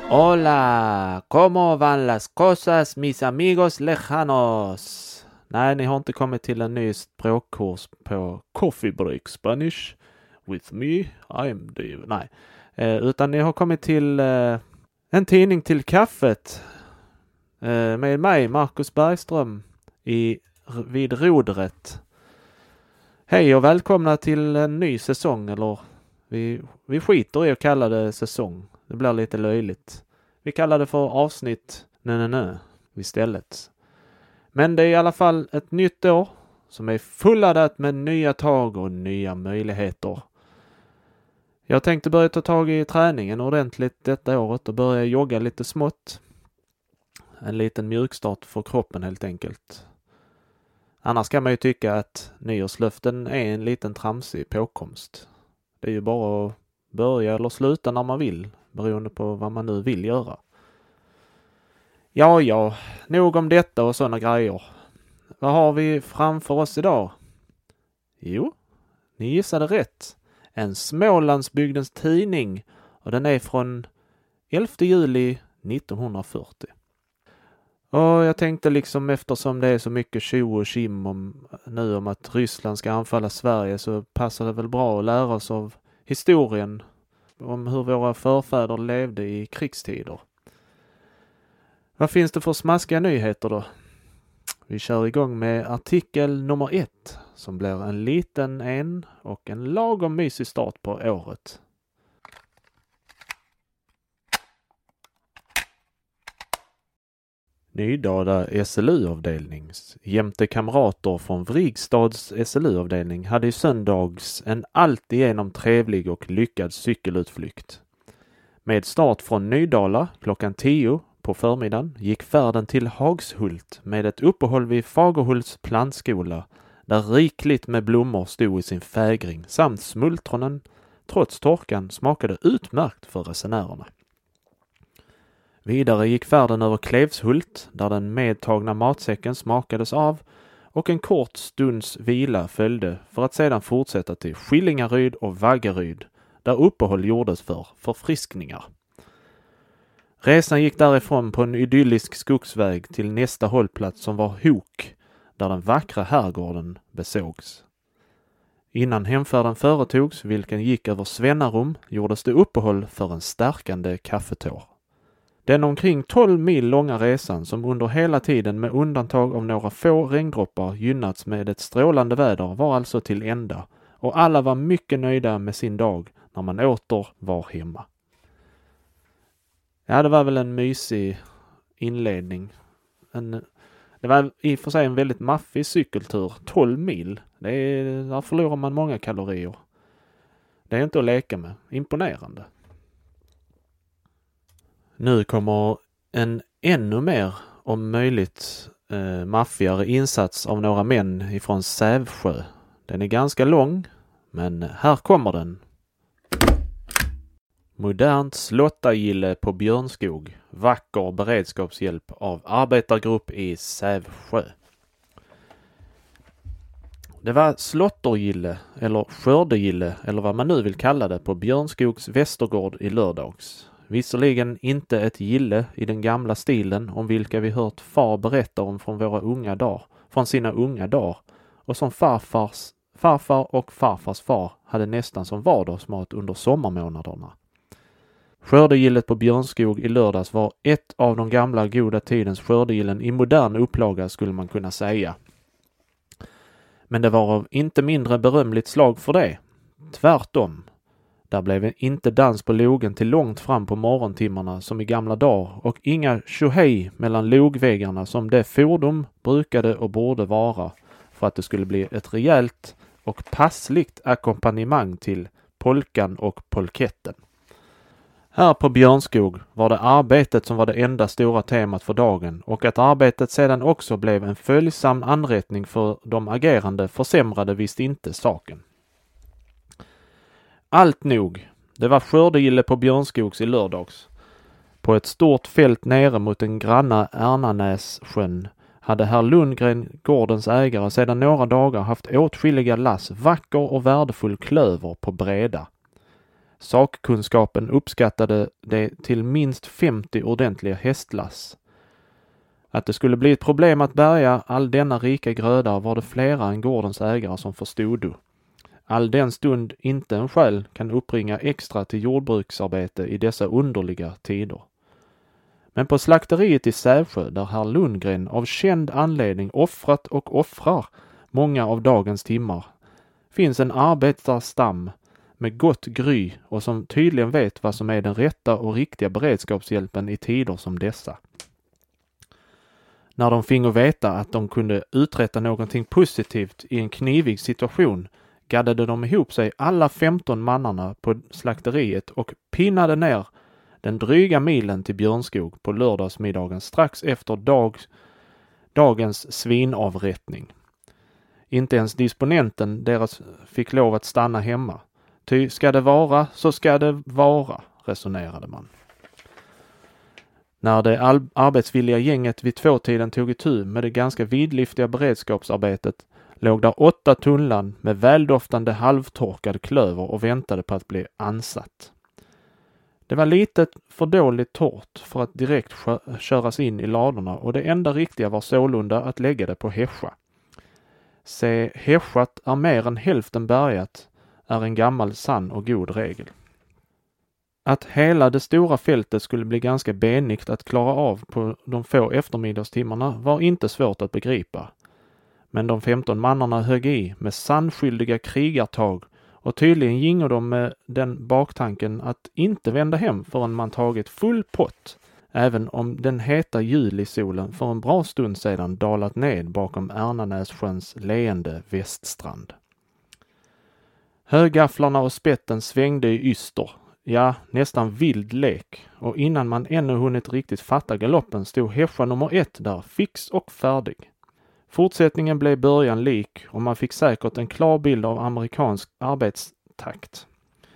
Hola, ¿cómo van las cosas mis amigos lejanos? Nej, ni har inte kommit till en ny språkkurs på Coffee Break Spanish with me, I'm Dave. Nej, utan ni har kommit till en tidning till kaffet med mig, Marcus Bergström, vid rodret. Hej och välkomna till en ny säsong, eller vi skiter i att kalla det säsong. Det blir lite löjligt. Vi kallar det för avsnitt istället. Men det är i alla fall ett nytt år som är fulladdat med nya tag och nya möjligheter. Jag tänkte börja ta tag i träningen ordentligt detta året och börja jogga lite smått. En liten mjukstart för kroppen helt enkelt. Annars kan man ju tycka att nyårslöften är en liten tramsig påkomst. Det är ju bara att börja eller sluta när man vill, beroende på vad man nu vill göra. Ja, nog om detta och sådana grejer. Vad har vi framför oss idag? Jo, ni gissade rätt. En Smålandsbygdens tidning, och den är från 11 juli 1940. Och jag tänkte liksom, eftersom det är så mycket tjo och kim om att Ryssland ska anfalla Sverige, så passar det väl bra att lära oss av historien om hur våra förfäder levde i krigstider. Vad finns det för smaskiga nyheter då? Vi kör igång med artikel nummer 1 som blir en liten och en lagom mysig start på året. Nydala SLU-avdelnings jämte kamrater från Vrigstads SLU-avdelning hade i söndags en alltigenom trevlig och lyckad cykelutflykt. Med start från Nydala klockan 10 på förmiddagen gick färden till Hagshult med ett uppehåll vid Fagerhults plantskola där rikligt med blommor stod i sin fägring samt smultronen, trots torkan, smakade utmärkt för resenärerna. Vidare gick färden över Klevshult där den medtagna matsäcken smakades av och en kort stunds vila följde för att sedan fortsätta till Skillingaryd och Vaggeryd där uppehåll gjordes för förfriskningar. Resan gick därifrån på en idyllisk skogsväg till nästa hållplats som var Hok där den vackra herrgården besågs. Innan hemfärden företogs, vilken gick över Svennarum, gjordes det uppehåll för en stärkande kaffetår. Den omkring 12 mil långa resan som under hela tiden med undantag av några få regndroppar gynnats med ett strålande väder var alltså till ända och alla var mycket nöjda med sin dag när man åter var hemma. Ja, det var väl en mysig inledning. Det var i och för sig en väldigt maffig cykeltur. 12 mil, där förlorar man många kalorier. Det är inte att leka med. Imponerande. Nu kommer en ännu mer, om möjligt, maffigare insats av några män ifrån Sävsjö. Den är ganska lång, men här kommer den. Modernt slottargille på Björnskog. Vacker beredskapshjälp av arbetargrupp i Sävsjö. Det var slottergille eller skördegille eller vad man nu vill kalla det på Björnskogs Västergård i lördags. Visserligen inte ett gille i den gamla stilen om vilka vi hört far berätta om från sina unga dagar och som farfar och farfars far hade nästan som vardagsmat under sommarmånaderna. Skördegillet på Björnskog i lördags var ett av de gamla goda tidens skördegillen i modern upplaga skulle man kunna säga. Men det var av inte mindre berömligt slag för det. Tvärtom. Där blev inte dans på logen till långt fram på morgontimmarna som i gamla dagar och inga tjohej mellan logväggarna som det fordom brukade och borde vara för att det skulle bli ett rejält och passligt ackompanjemang till polkan och polketten. Här på Björnskog var det arbetet som var det enda stora temat för dagen och att arbetet sedan också blev en följsam anrättning för de agerande försämrade visst inte saken. Allt nog, det var skördegille på Björnskogs i lördags. På ett stort fält nere mot den granna Ärnanässjön hade herr Lundgren, gårdens ägare, sedan några dagar haft åtskilliga lass vacker och värdefull klöver på breda. Sakkunskapen uppskattade det till minst 50 ordentliga hästlass. Att det skulle bli ett problem att bärga all denna rika gröda var det flera än gårdens ägare som förstod. All den stund inte en själ kan uppringa extra till jordbruksarbete i dessa underliga tider. Men på slakteriet i Sävsjö, där herr Lundgren av känd anledning offrat och offrar många av dagens timmar, finns en arbetarstam med gott gry och som tydligen vet vad som är den rätta och riktiga beredskapshjälpen i tider som dessa. När de fingo veta att de kunde uträtta någonting positivt i en knivig situation gaddade de ihop sig alla 15 mannarna på slakteriet och pinnade ner den dryga milen till Björnskog på lördagsmiddagen strax efter dagens svinavrättning. Inte ens disponenten deras fick lov att stanna hemma. Ty ska det vara så ska det vara, resonerade man. När det arbetsvilliga gänget vid 2-tiden tog itu med det ganska vidlyftiga beredskapsarbetet låg där 8 tunnland med väldoftande halvtorkad klöver och väntade på att bli ansatt. Det var lite för dåligt torrt för att direkt köras in i ladorna och det enda riktiga var sålunda att lägga det på hässja. Se, hässjat är mer än hälften bärgat är en gammal sann och god regel. Att hela det stora fältet skulle bli ganska benigt att klara av på de få eftermiddagstimmarna var inte svårt att begripa. Men de 15 mannarna högg i med sannskyldiga krigartag och tydligen gingo de med den baktanken att inte vända hem förrän man tagit full pott, även om den heta julisolen för en bra stund sedan dalat ned bakom Ärnanässjöns leende väststrand. Högafflarna och spetten svängde i yster, ja nästan vild lek, och innan man ännu hunnit riktigt fatta galoppen stod hässja nummer 1 där fix och färdig. Fortsättningen blev början lik och man fick säkert en klar bild av amerikansk arbetstakt.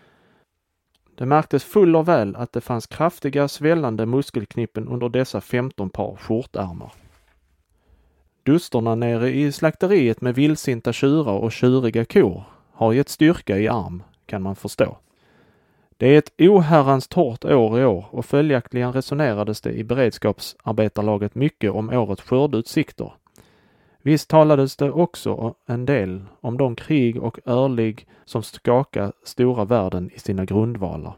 Det märktes full och väl att det fanns kraftiga svällande muskelknippen under dessa 15 par skjortärmar. Dusterna nere i slakteriet med vildsinta tjurar och tjuriga kor har gett styrka i arm, kan man förstå. Det är ett oherrans torrt år i år och följaktligen resonerades det i beredskapsarbetarlaget mycket om årets skördutsikter. Visst talades det också en del om de krig och örlig som skakar stora världen i sina grundvalar.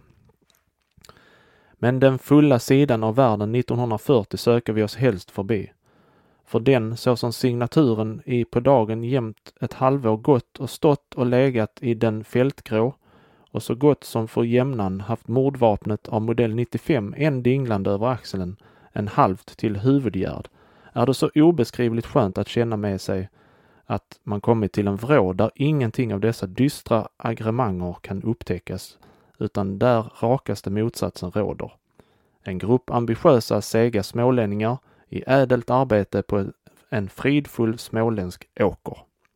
Men den fulla sidan av världen 1940 söker vi oss helst förbi. För den såsom signaturen i på dagen jämt ett halvår gått och stått och legat i den fältgrå och så gott som för jämnan haft mordvapnet av modell 95 en dinglande över axeln, en halvt till huvudgärd, är det så obeskrivligt skönt att känna med sig att man kommit till en vrå där ingenting av dessa dystra agremanger kan upptäckas, utan där rakaste motsatsen råder. En grupp ambitiösa, sega smålänningar i ädelt arbete på en fridfull småländsk åker.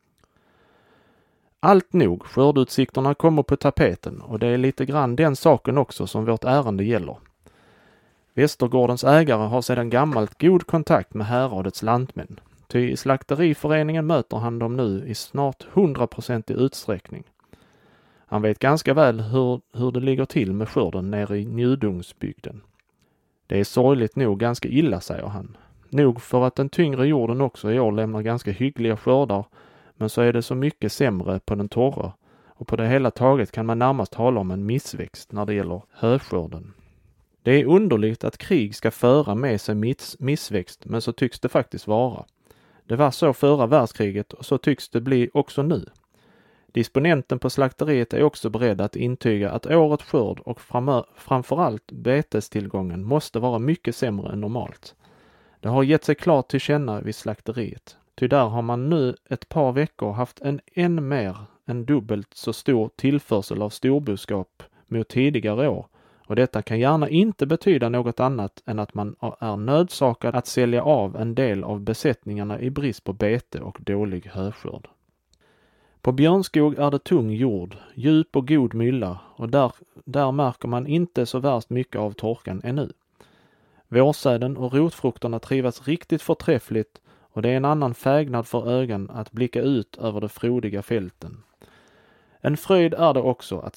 Allt nog, skördutsikterna kommer på tapeten och det är lite grann den saken också som vårt ärende gäller. Västergårdens ägare har sedan gammalt god kontakt med häradets lantmän. Ty i slakteriföreningen möter han dem nu i snart 100% utsträckning. Han vet ganska väl hur det ligger till med skörden nere i Njudungsbygden. Det är sorgligt nog ganska illa, säger han. Nog för att den tyngre jorden också i år lämnar ganska hyggliga skördar, men så är det så mycket sämre på den torra och på det hela taget kan man närmast tala om en missväxt när det gäller höskörden. Det är underligt att krig ska föra med sig missväxt, men så tycks det faktiskt vara. Det var så förra världskriget och så tycks det bli också nu. Disponenten på slakteriet är också beredd att intyga att årets skörd och framförallt betestillgången måste vara mycket sämre än normalt. Det har gett sig klart till känna vid slakteriet. Ty där har man nu ett par veckor haft en än mer än dubbelt så stor tillförsel av storboskap mot tidigare år. Och detta kan gärna inte betyda något annat än att man är nödsakad att sälja av en del av besättningarna i brist på bete och dålig höskörd. På Björnskog är det tung jord, djup och god mylla och där märker man inte så värst mycket av torkan ännu. Vårsäden och rotfrukterna trivas riktigt förträffligt och det är en annan fägnad för ögon att blicka ut över de frodiga fälten. En fröjd är det också att se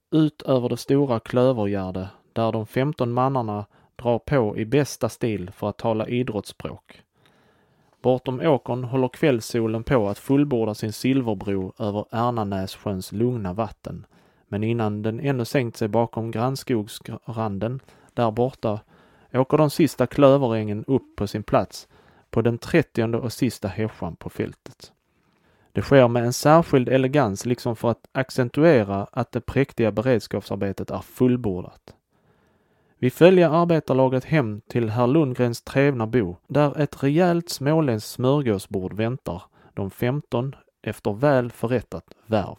ut över det stora klövergärde där de 15 mannarna drar på i bästa stil för att tala idrottsspråk. Bortom åkern håller kvällssolen på att fullborda sin silverbro över Ärnanässjöns lugna vatten. Men innan den ännu sänkt sig bakom grannskogsranden där borta åker de sista klöverängen upp på sin plats på den 30:e och sista häschan på fältet. Det sker med en särskild elegans liksom för att accentuera att det präktiga beredskapsarbetet är fullbordat. Vi följer arbetarlaget hem till herr Lundgrens trevna bo, där ett rejält småländskt smörgåsbord väntar de 15 efter väl förrättat värv.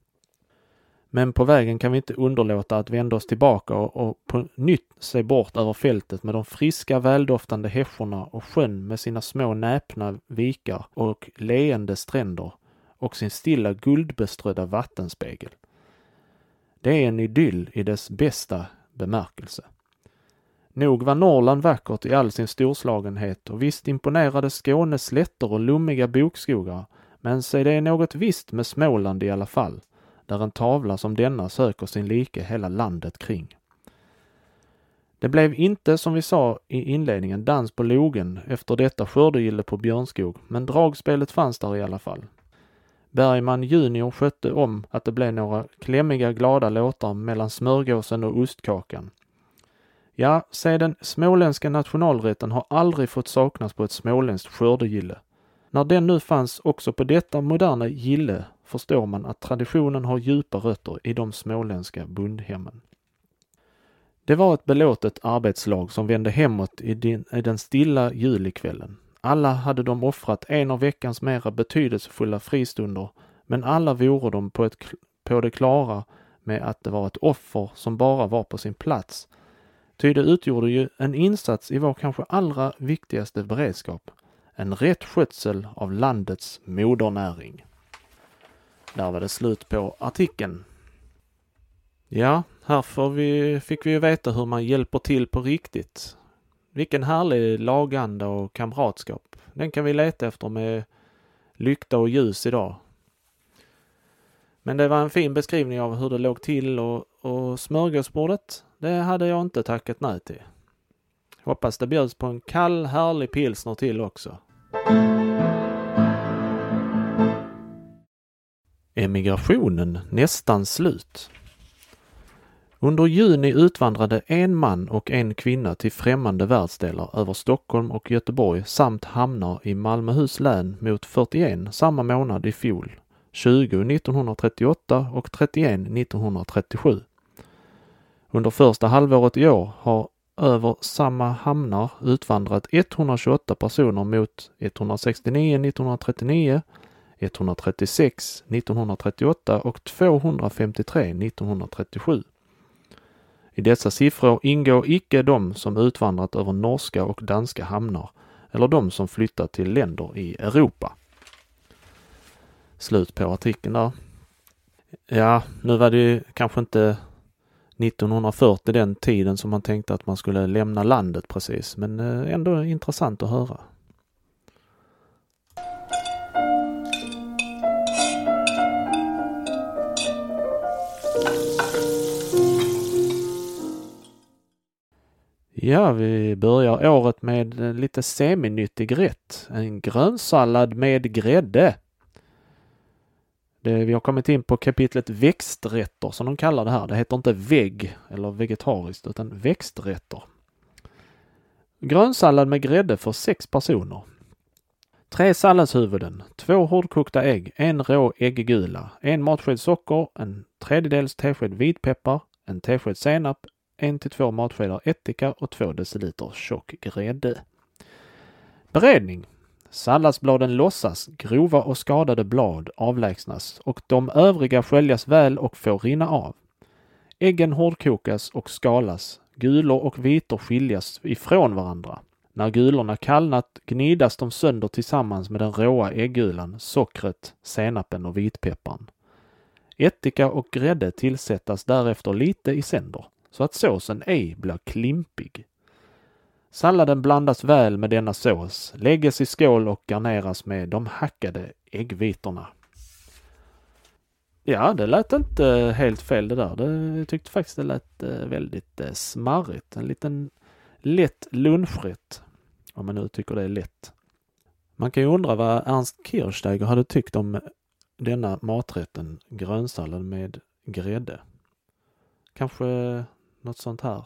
Men på vägen kan vi inte underlåta att vända oss tillbaka och på nytt se bort över fältet med de friska väldoftande häschorna och sjön med sina små näpna vikar och leende stränder och sin stilla guldbeströdda vattenspegel. Det är en idyll i dess bästa bemärkelse. Nog var Norrland vackert i all sin storslagenhet och visst imponerade Skånes slätter och lummiga bokskogar, men så är det något visst med Småland i alla fall, där en tavla som denna söker sin like hela landet kring. Det blev inte, som vi sa i inledningen, dans på logen efter detta skördegille på Björnskog, men dragspelet fanns där i alla fall. Bergman junior skötte om att det blev några klämmiga glada låtar mellan smörgåsen och ostkakan. Ja, se, den småländska nationalrätten har aldrig fått saknas på ett småländskt skördegille. När den nu fanns också på detta moderna gille förstår man att traditionen har djupa rötter i de småländska bondhemmen. Det var ett belåtet arbetslag som vände hemåt i den stilla julikvällen. Alla hade de offrat en av veckans mera betydelsefulla fristunder, men alla vore de på det klara med att det var ett offer som bara var på sin plats. Ty det utgjorde ju en insats i vår kanske allra viktigaste beredskap, en rätt skötsel av landets modernäring. Där var det slut på artikeln. Ja, här fick vi ju veta hur man hjälper till på riktigt. Vilken härlig laganda och kamratskap. Den kan vi leta efter med lykta och ljus idag. Men det var en fin beskrivning av hur det låg till och smörgåsbordet, det hade jag inte tackat nej till. Hoppas det bjöds på en kall, härlig pilsner till också. Emigrationen nästan slut. Under juni utvandrade en man och en kvinna till främmande världsdelar över Stockholm och Göteborg samt hamnar i Malmöhus län mot 41 samma månad i fjol, 20 1938 och 31 1937. Under första halvåret i år har över samma hamnar utvandrat 128 personer mot 169 1939, 136 1938 och 253 1937. I dessa siffror ingår icke de som utvandrat över norska och danska hamnar eller de som flyttat till länder i Europa. Slut på artikeln där. Ja, nu var det kanske inte 1940 den tiden som man tänkte att man skulle lämna landet precis, men ändå intressant att höra. Ja, vi börjar året med lite seminyttig rätt. En grönsallad med grädde. Vi har kommit in på kapitlet växträtter som de kallar det här. Det heter inte vägg eller vegetariskt utan växträtter. Grönsallad med grädde för 6 personer. 3 salladshuvuden, 2 hårdkokta ägg, 1 rå ägggula, 1 matsked socker, 1/3 tesked vitpeppar, 1 tesked senap, 1-2 matskedar ättika och 2 deciliter tjock grädde. Beredning. Salladsbladen lossas, grova och skadade blad avlägsnas och de övriga sköljas väl och får rinna av. Äggen hårdkokas och skalas, gulor och vitor skiljas ifrån varandra. När gulorna kallnat gnidas de sönder tillsammans med den råa äggulan, sockret, senapen och vitpepparn. Ättika och grädde tillsättas därefter lite i sänder, så att såsen ej blir klimpig. Salladen blandas väl med denna sås, lägges i skål och garneras med de hackade äggvitorna. Ja, det lät inte helt fel det där. Jag tyckte faktiskt det lät väldigt smarrigt. En liten lätt lunchrätt. Om man nu tycker det är lätt. Man kan ju undra vad Ernst Kirchsteiger hade tyckt om denna maträtten grönsallad med grädde. Kanske något sånt här.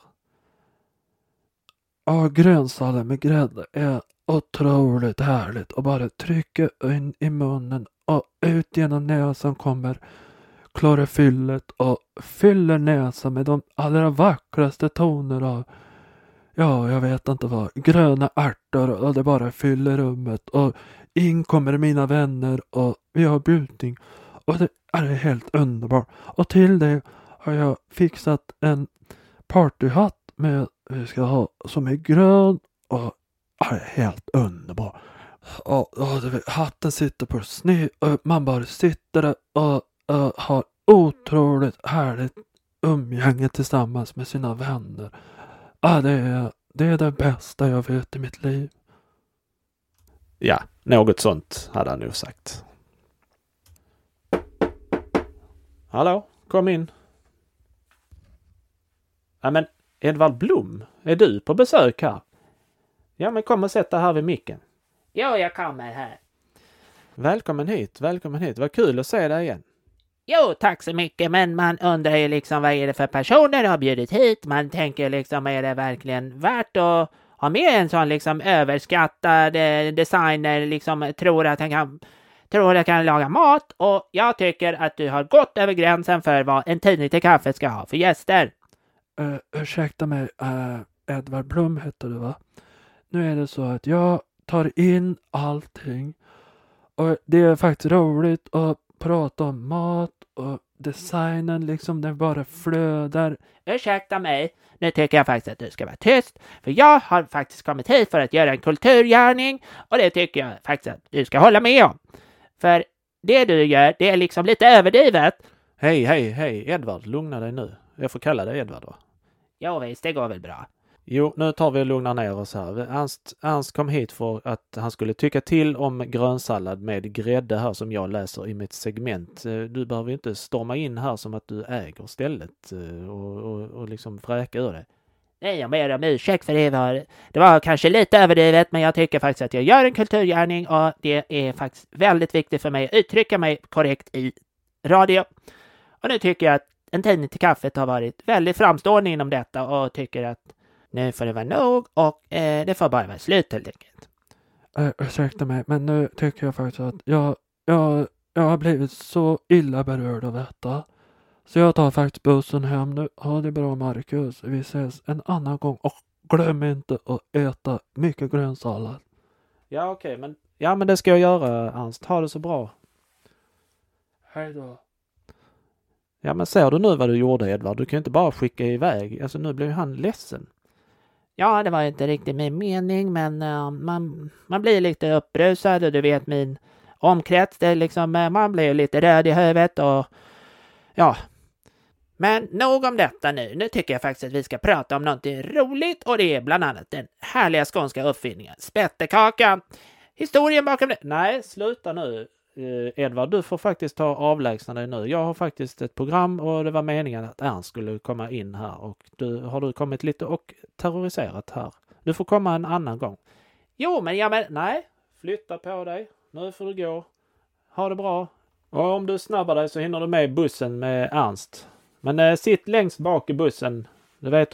Ja, grönsallad med grädde är otroligt härligt och bara trycka in i munnen och ut genom näsan kommer klorofyllet och fyller näsan med de allra vackraste toner av, ja, jag vet inte vad, gröna ärtor och det bara fyller rummet och in kommer mina vänner och vi har bjudning och det är helt underbart. Och till det har jag fixat en partyhatt med vi ska ha som är grön och är helt underbar. Och hatten sitter på sned och man bara sitter där och har otroligt härligt umgänge tillsammans med sina vänner. Ja, det är det bästa jag vet i mitt liv. Ja, något sånt hade han nog sagt. Hallå, kom in. Ja, men Edvard Blom, är du på besök här? Ja, men kom och sätt dig här vid micken. Jo, jag kommer här. Välkommen hit. Vad kul att se dig igen. Jo, tack så mycket, men man undrar ju liksom vad är det för personer du har bjudit hit? Man tänker liksom, är det verkligen värt att ha med en sån liksom överskattad designer, liksom tror att han kan laga mat? Och jag tycker att du har gått över gränsen för vad en tidning till kaffe ska ha för gäster. Ursäkta mig, Edvard Blom heter du, va? Nu är det så att jag tar in allting och det är faktiskt roligt att prata om mat och designen, liksom den bara flödar. Ursäkta mig, nu tycker jag faktiskt att du ska vara tyst, för jag har faktiskt kommit hit för att göra en kulturgärning och det tycker jag faktiskt att du ska hålla med om. För det du gör, det är liksom lite överdrivet. Hej, Edvard, lugna dig nu. Jag får kalla dig Edvard, va? Jo visst, det går väl bra. Jo, nu tar vi och lugnar ner oss här. Ernst kom hit för att han skulle tycka till om grönsallad med grädde här som jag läser i mitt segment. Du behöver inte storma in här som att du äger stället och liksom fräka ur det. Nej, jag ber om ursäkt för det var kanske lite överdrivet, men jag tycker faktiskt att jag gör en kulturgärning och det är faktiskt väldigt viktigt för mig att uttrycka mig korrekt i radio. Och nu tycker jag att en tidning till kaffet har varit väldigt framstående inom detta och tycker att nu får det vara nog och det får bara vara slut helt enkelt. Ursäkta mig, men nu tycker jag faktiskt att jag har blivit så illa berörd av detta. Så jag tar faktiskt bussen hem nu. Ha det bra, Marcus. Vi ses en annan gång och glöm inte att äta mycket grönsallad. Ja, okej, men det ska jag göra, Ernst. Ha det så bra. Hej då. Ja, men ser du nu vad du gjorde, Edvard? Du kan ju inte bara skicka iväg. Alltså nu blir han ledsen. Ja, det var inte riktigt min mening, men man blir lite uppbrusad och du vet min omkrets, det är liksom, man blir lite röd i huvudet och ja. Men nog om detta nu. Nu tycker jag faktiskt att vi ska prata om något roligt och det är bland annat den härliga skånska uppfinningen spettekaka. Historien bakom det. Nej, sluta nu. Edvard, du får faktiskt ta avlägsna dig nu. Jag har faktiskt ett program och det var meningen att Ernst skulle komma in här och har du kommit lite och terroriserat här. Du får komma en annan gång. Jo, men nej, flytta på dig. Nu får du gå. Ha det bra. Och om du snabbar dig så hinner du med bussen med Ernst. Men sitt längst bak i bussen. Du vet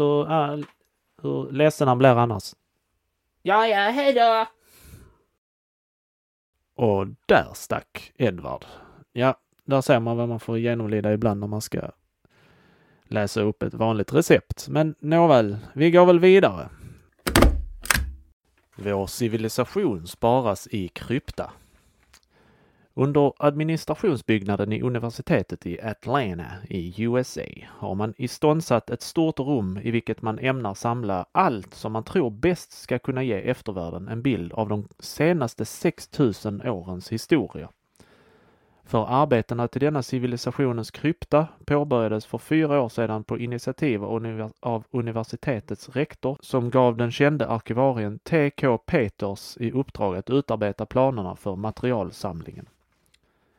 hur ledsen han blir annars. Ja, hej då! Och där stack Edvard. Ja, där ser man vad man får genomlida ibland när man ska läsa upp ett vanligt recept. Men nåväl, vi går väl vidare. Vår civilisation sparas i krypta. Under administrationsbyggnaden i universitetet i Atlanta i USA har man iståndsatt ett stort rum i vilket man ämnar samla allt som man tror bäst ska kunna ge eftervärlden en bild av de senaste 6000 årens historia. För arbetena till denna civilisationens krypta påbörjades för 4 år sedan på initiativ av universitetets rektor som gav den kände arkivarien T.K. Peters i uppdrag att utarbeta planerna för materialsamlingen.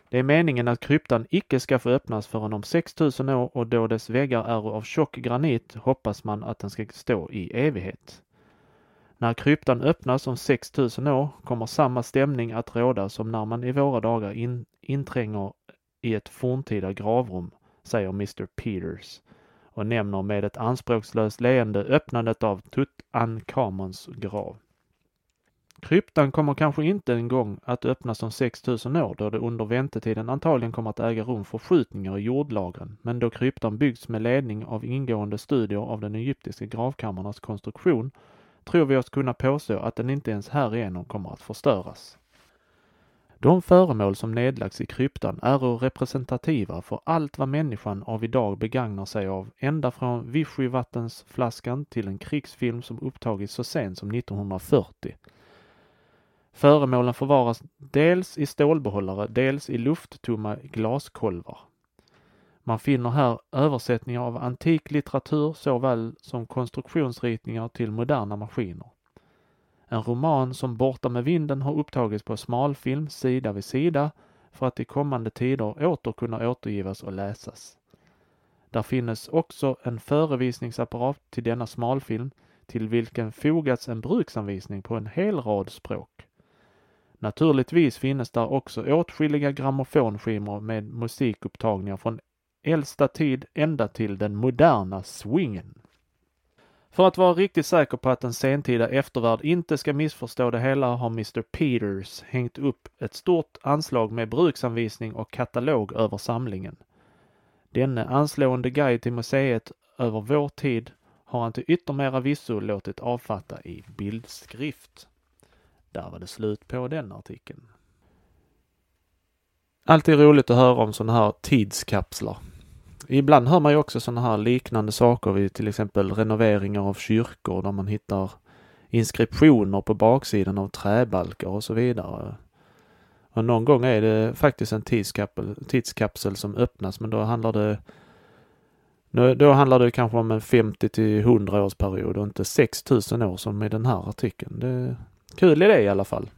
Det är meningen att kryptan icke ska få öppnas förrän om 6000 år och då dess väggar är av tjock granit hoppas man att den ska stå i evighet. När kryptan öppnas om 6000 år kommer samma stämning att råda som när man i våra dagar intränger i ett forntida gravrum, säger Mr. Peters och nämner med ett anspråkslöst leende öppnandet av Tutankhamons grav. Kryptan kommer kanske inte en gång att öppnas om 6000 år då det under väntetiden antagligen kommer att äga rum förskjutningar i jordlagren, men då kryptan byggts med ledning av ingående studier av den egyptiska gravkammarnas konstruktion tror vi oss kunna påstå att den inte ens härigenom kommer att förstöras. De föremål som nedlagts i kryptan är representativa för allt vad människan av idag begagnar sig av, ända från Vichy-vattensflaskan till en krigsfilm som upptagits så sent som 1940. Föremålen förvaras dels i stålbehållare, dels i lufttomma glaskolvar. Man finner här översättningar av antik litteratur såväl som konstruktionsritningar till moderna maskiner. En roman som Borta med vinden har upptagits på smalfilm sida vid sida för att i kommande tider åter kunna återgivas och läsas. Där finns också en förevisningsapparat till denna smalfilm till vilken fogats en bruksanvisning på en hel rad språk. Naturligtvis finns där också åtskilliga grammofonskivor med musikupptagningar från äldsta tid ända till den moderna swingen. För att vara riktigt säker på att en sentida eftervärld inte ska missförstå det hela har Mr. Peters hängt upp ett stort anslag med bruksanvisning och katalog över samlingen. Denne anslående guide till museet över vår tid har han till yttermera visso låtit avfatta i bildskrift. Där var det slut på den artikeln. Alltid roligt att höra om sådana här tidskapslar. Ibland hör man ju också sådana här liknande saker vid till exempel renoveringar av kyrkor där man hittar inskriptioner på baksidan av träbalkar och så vidare. Och någon gång är det faktiskt en tidskapsel som öppnas, men då handlar det kanske om en 50 till 100 års period och inte 6000 år som i den här artikeln. Det är kul idé i alla fall.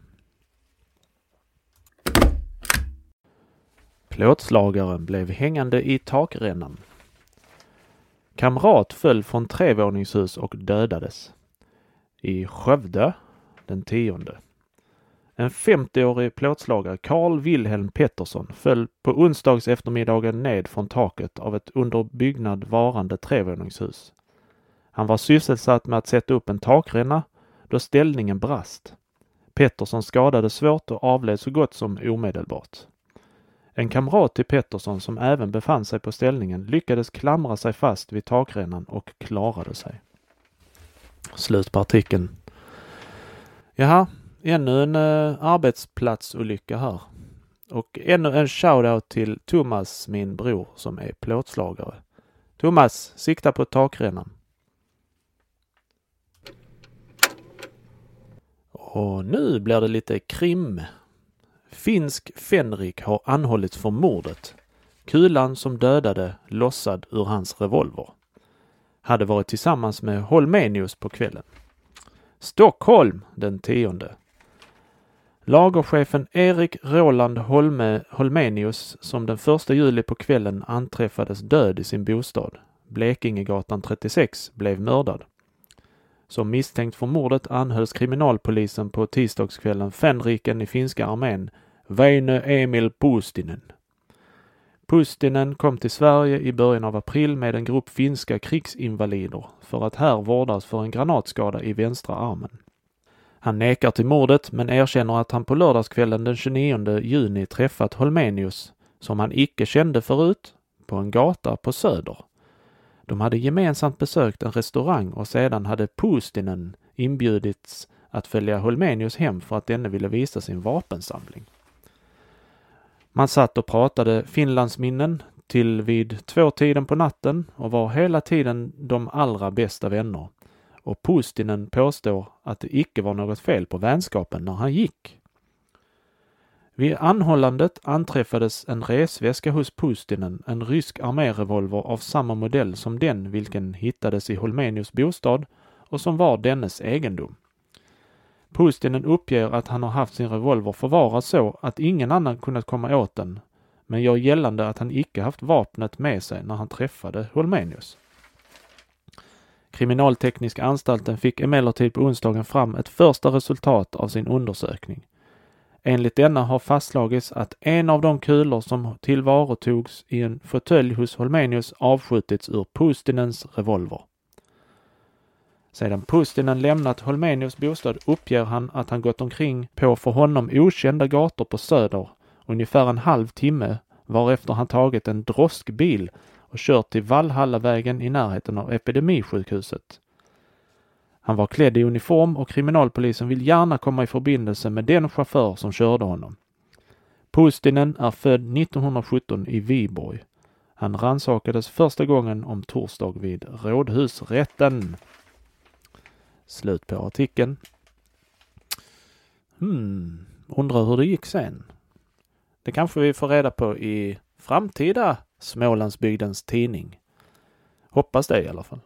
Plåtslagaren blev hängande i takrännan. Kamrat föll från trevåningshus och dödades. I Skövde den 10. En 50-årig plåtslagare, Carl Wilhelm Pettersson, föll på onsdags eftermiddagen ned från taket av ett under byggnad varande trevåningshus. Han var sysselsatt med att sätta upp en takränna då ställningen brast. Pettersson skadades svårt och avled så gott som omedelbart. En kamrat till Pettersson som även befann sig på ställningen lyckades klamra sig fast vid takrännan och klarade sig. Slut på artikeln. Jaha, ännu en arbetsplatsolycka här. Och ännu en shoutout till Thomas, min bror, som är plåtslagare. Thomas, sikta på takrännan. Och nu blir det lite krim. Finsk Fenrik har anhållits för mordet. Kulan som dödade lossad ur hans revolver. Hade varit tillsammans med Holmenius på kvällen. Stockholm den 10. Lagerchefen Erik Roland Holmenius som den 1 juli på kvällen anträffades död i sin bostad. Blekingegatan 36 blev mördad. Som misstänkt för mordet anhölls kriminalpolisen på tisdagskvällen Fenriken i finska armén Väinö Emil Pustinen. Pustinen kom till Sverige i början av april med en grupp finska krigsinvalider för att här vårdas för en granatskada i vänstra armen. Han nekar till mordet men erkänner att han på lördagskvällen den 29 juni träffat Holmenius, som han icke kände förut, på en gata på Söder. De hade gemensamt besökt en restaurang och sedan hade Pustinen inbjudits att följa Holmenius hem för att denne ville visa sin vapensamling. Man satt och pratade Finlandsminnen till vid 2-tiden på natten och var hela tiden de allra bästa vänner. Och Pustinen påstår att det icke var något fel på vänskapen när han gick. Vid anhållandet anträffades en resväska hos Pustinen, en rysk armérevolver av samma modell som den vilken hittades i Holmenius bostad och som var dennes egendom. Pustinen uppger att han har haft sin revolver förvarad så att ingen annan kunnat komma åt den men gör gällande att han icke haft vapnet med sig när han träffade Holmenius. Kriminaltekniska anstalten fick emellertid på onsdagen fram ett första resultat av sin undersökning. Enligt denna har fastslagits att en av de kulor som tillvaratogs i en fåtölj hos Holmenius avskjutits ur Pustinens revolver. Sedan Pustinen lämnat Holmenius bostad uppger han att han gått omkring på för honom okända gator på Söder ungefär en halv timme, varefter han tagit en droskbil och kört till Valhallavägen i närheten av Epidemisjukhuset. Han var klädd i uniform och kriminalpolisen vill gärna komma i förbindelse med den chaufför som körde honom. Pustinen är född 1917 i Viborg. Han rannsakades första gången om torsdag vid Rådhusrätten. Slut på artikeln. Undrar hur det gick sen. Det kanske vi får reda på i framtida Smålandsbygdens tidning. Hoppas det i alla fall.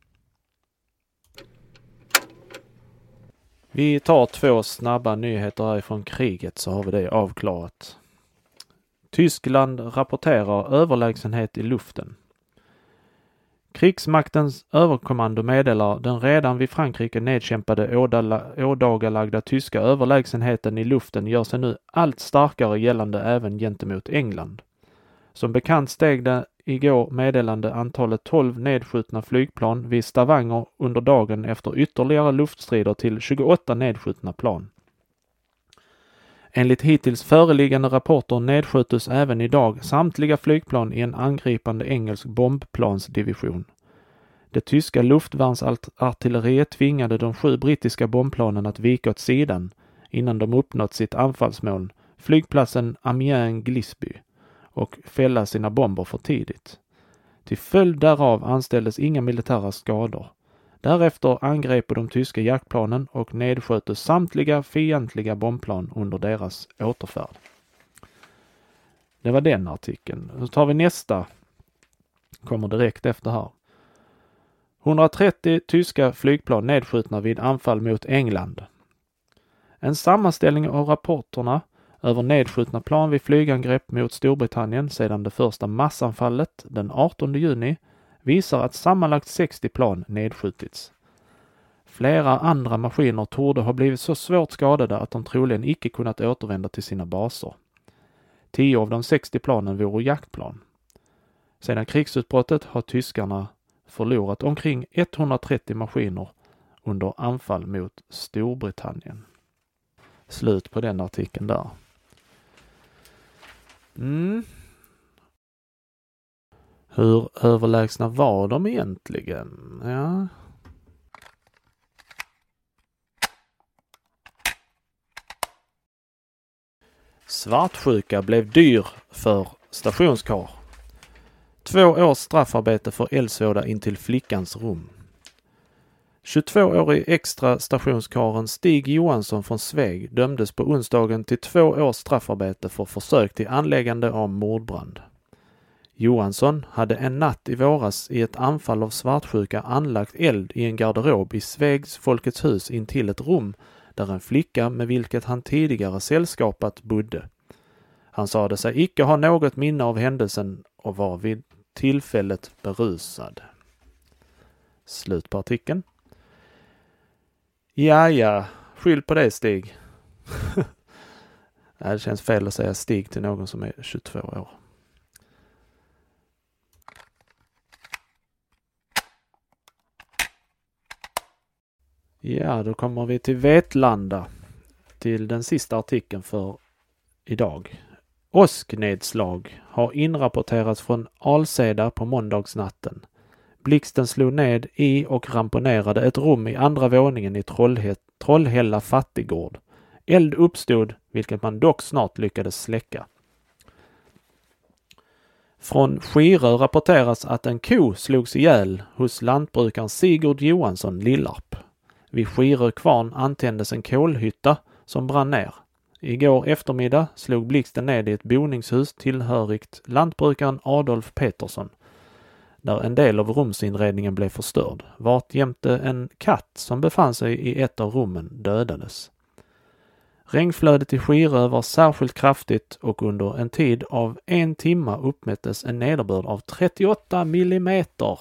Vi tar 2 snabba nyheter härifrån kriget så har vi det avklarat. Tyskland rapporterar överlägsenhet i luften. Krigsmaktens överkommando meddelar den redan vid Frankrike nedkämpade ådagalagda tyska överlägsenheten i luften gör sig nu allt starkare gällande även gentemot England. Som bekant steg det igår meddelande antalet 12 nedskjutna flygplan vid Stavanger under dagen efter ytterligare luftstrider till 28 nedskjutna plan. Enligt hittills föreliggande rapporter nedskjuts även idag samtliga flygplan i en angripande engelsk bombplansdivision. Det tyska luftvärnsartilleriet tvingade de 7 brittiska bombplanen att vika åt sidan innan de uppnått sitt anfallsmål, flygplatsen Amiens-Glisby, och fälla sina bomber för tidigt. Till följd därav anställdes inga militära skador. Därefter angrep de tyska jaktplanen och nedsköt samtliga fientliga bombplan under deras återfärd. Det var den artikeln. Så tar vi nästa. Kommer direkt efter här. 130 tyska flygplan nedskjutna vid anfall mot England. En sammanställning av rapporterna över nedskjutna plan vid flygangrepp mot Storbritannien sedan det första massanfallet den 18 juni visar att sammanlagt 60 plan nedskjutits. Flera andra maskiner torde ha blivit så svårt skadade att de troligen icke kunnat återvända till sina baser. 10 av de 60 planen vore jaktplan. Sedan krigsutbrottet har tyskarna förlorat omkring 130 maskiner under anfall mot Storbritannien. Slut på den artikeln där. Hur överlägsna var de egentligen? Ja. Svartsjuka blev dyr för stationskar. 2 års straffarbete för eldsvåda in till flickans rum. 22-årig extra stationskaren Stig Johansson från Sveg dömdes på onsdagen till 2 års straffarbete för försök till anläggande av mordbrand. Johansson hade en natt i våras i ett anfall av svartsjuka anlagt eld i en garderob i Svegs Folkets hus intill ett rum där en flicka med vilket han tidigare sällskapat bodde. Han sade sig icke ha något minne av händelsen och var vid tillfället berusad. Slut på artikeln. Ja, skyll på det Stig. Det känns fel att säga Stig till någon som är 22 år. Ja, då kommer vi till Vetlanda, till den sista artikeln för idag. Åsknedslag har inrapporterats från Alseda på måndagsnatten. Blixten slog ned i och ramponerade ett rum i andra våningen i Trollhälla fattigård. Eld uppstod, vilket man dock snart lyckades släcka. Från Skirö rapporteras att en ko slogs ihjäl hos lantbrukaren Sigurd Johansson Lillarp. Vid Skirö kvarn antändes en kolhytta som brann ner. Igår eftermiddag slog blixten ned i ett boningshus tillhörigt lantbrukaren Adolf Petersson, där en del av rumsinredningen blev förstörd, vart jämte en katt som befann sig i ett av rummen dödades. Regnflödet i Skirö var särskilt kraftigt och under en tid av 1 timme uppmättes en nederbörd av 38 millimeter.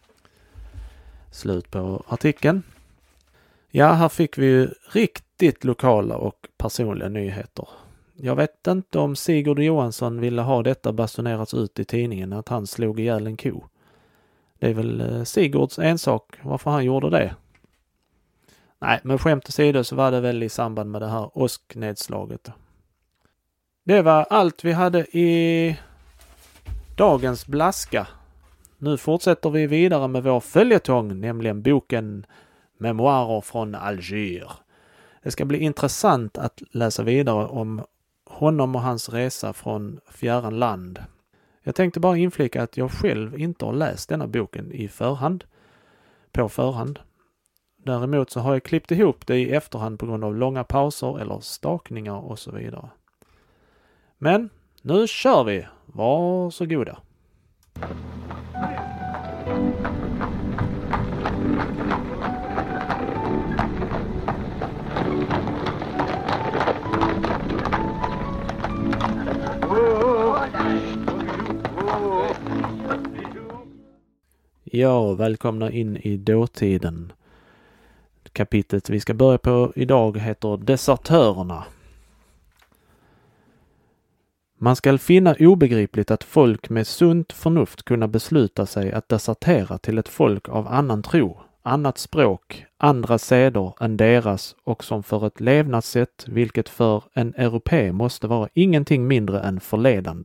Slut på artikeln. Ja, här fick vi ju riktigt lokala och personliga nyheter. Jag vet inte om Sigurd Johansson ville ha detta basunerats ut i tidningen att han slog ihjäl en ko. Det är väl Sigurds ensak varför han gjorde det. Nej, men skämt åsido så var det väl i samband med det här åsknedslaget. Det var allt vi hade i dagens blaska. Nu fortsätter vi vidare med vår följetong, nämligen boken Memoarer från Alger. Det ska bli intressant att läsa vidare om honom och hans resa från fjärran land. Jag tänkte bara inflika att jag själv inte har läst denna boken på förhand. Däremot så har jag klippt ihop det i efterhand på grund av långa pauser eller stakningar och så vidare. Men nu kör vi! Varsågoda! Ja, välkomna in i dåtiden. Kapitlet vi ska börja på idag heter Desertörerna. Man skall finna obegripligt att folk med sunt förnuft kunna besluta sig att desertera till ett folk av annan tro, annat språk, andra seder än deras och som för ett levnadssätt vilket för en europé måste vara ingenting mindre än förledande.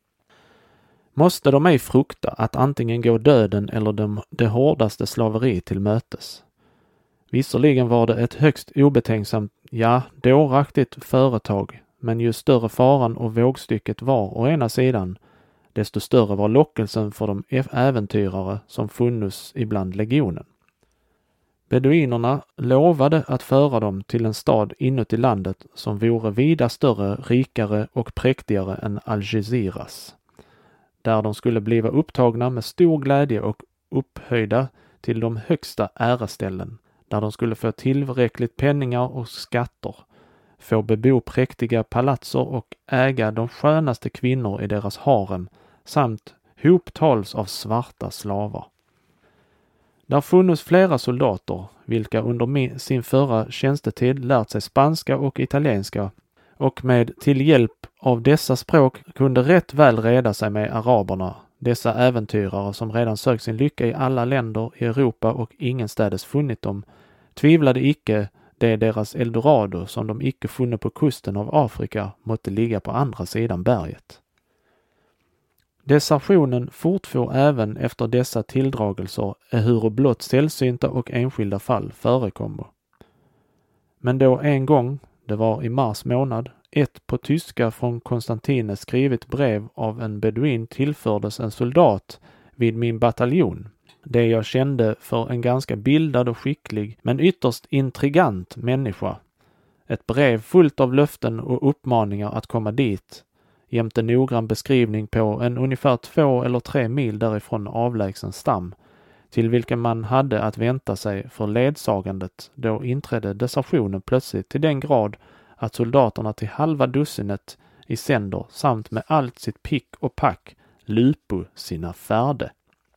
Måste de ej frukta att antingen gå döden eller det hårdaste slaveri till mötes. Visserligen var det ett högst obetänksamt, ja, dåraktigt företag, men ju större faran och vågstycket var å ena sidan, desto större var lockelsen för de äventyrare som funnits ibland legionen. Beduinerna lovade att föra dem till en stad inuti landet som vore vida större, rikare och präktigare än Algeciras, där de skulle bliva upptagna med stor glädje och upphöjda till de högsta äreställen, där de skulle få tillräckligt penningar och skatter, få bebo präktiga palatser och äga de skönaste kvinnor i deras harem samt hoptals av svarta slavar. Där funnits flera soldater, vilka under sin förra tjänstetid lärt sig spanska och italienska och med till hjälp av dessa språk kunde rätt väl reda sig med araberna, dessa äventyrare som redan sökt sin lycka i alla länder i Europa och ingenstädes funnit dem, tvivlade icke det deras eldorado som de icke funnit på kusten av Afrika måtte ligga på andra sidan berget. Desertionen fortfor även efter dessa tilldragelser ehuru blott sällsynta och enskilda fall förekommer. Men då en gång, det var i mars månad, ett på tyska från Konstantine skrivet brev av en beduin tillfördes en soldat vid min bataljon, det jag kände för en ganska bildad och skicklig men ytterst intrigant människa. Ett brev fullt av löften och uppmaningar att komma dit, jämte noggrann beskrivning på en ungefär 2 eller 3 mil därifrån avlägsen stam, till vilken man hade att vänta sig för ledsagandet. Då inträdde desertionen plötsligt till den grad att soldaterna till halva dussinet i sänder samt med allt sitt pick och pack lupo sina färde.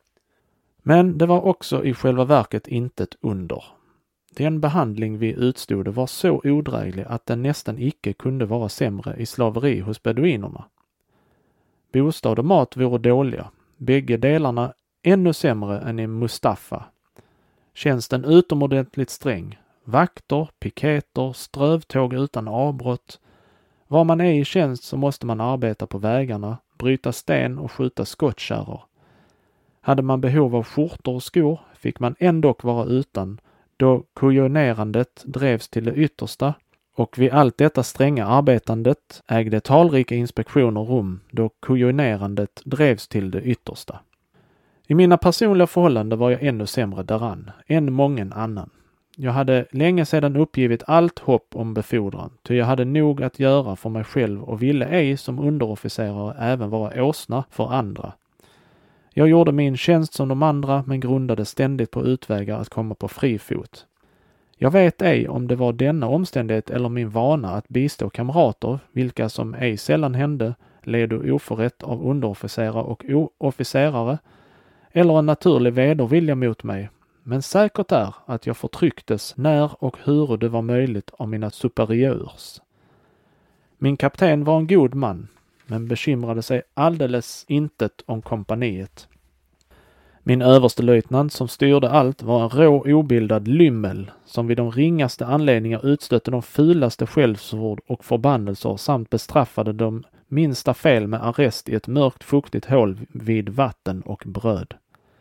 Men det var också i själva verket intet under. Den behandling vi utstod var så odräglig att den nästan icke kunde vara sämre i slaveri hos beduinerna. Bostad och mat vore dåliga, bägge delarna ännu sämre än i Mustafa. Tjänsten utomordentligt sträng, vakter, piketer, strövtåg utan avbrott. Var man är i tjänst så måste man arbeta på vägarna, bryta sten och skjuta skottkärror. Hade man behov av skjortor och skor fick man ändock vara utan, då kujonerandet drevs till det yttersta, och vid allt detta stränga arbetandet ägde talrika inspektioner rum, då kujonerandet drevs till det yttersta. I mina personliga förhållanden var jag ännu sämre däran, än mången annan. Jag hade länge sedan uppgivit allt hopp om befordran, ty jag hade nog att göra för mig själv och ville ej som underofficerare även vara åsna för andra. Jag gjorde min tjänst som de andra men grundade ständigt på utvägar att komma på fri fot. Jag vet ej om det var denna omständighet eller min vana att bistå kamrater, vilka som ej sällan hände, ledo oförrätt av underofficerare och officerare, eller en naturlig vedervilja mot mig. Men säkert är att jag förtrycktes när och hur det var möjligt av mina superiörs. Min kapten var en god man, men bekymrade sig alldeles intet om kompaniet. Min överstelöjtnant som styrde allt var en rå obildad lymmel som vid de ringaste anledningar utstötte de fulaste skällsord och förbannelser samt bestraffade de minsta fel med arrest i ett mörkt fuktigt hål vid vatten och bröd.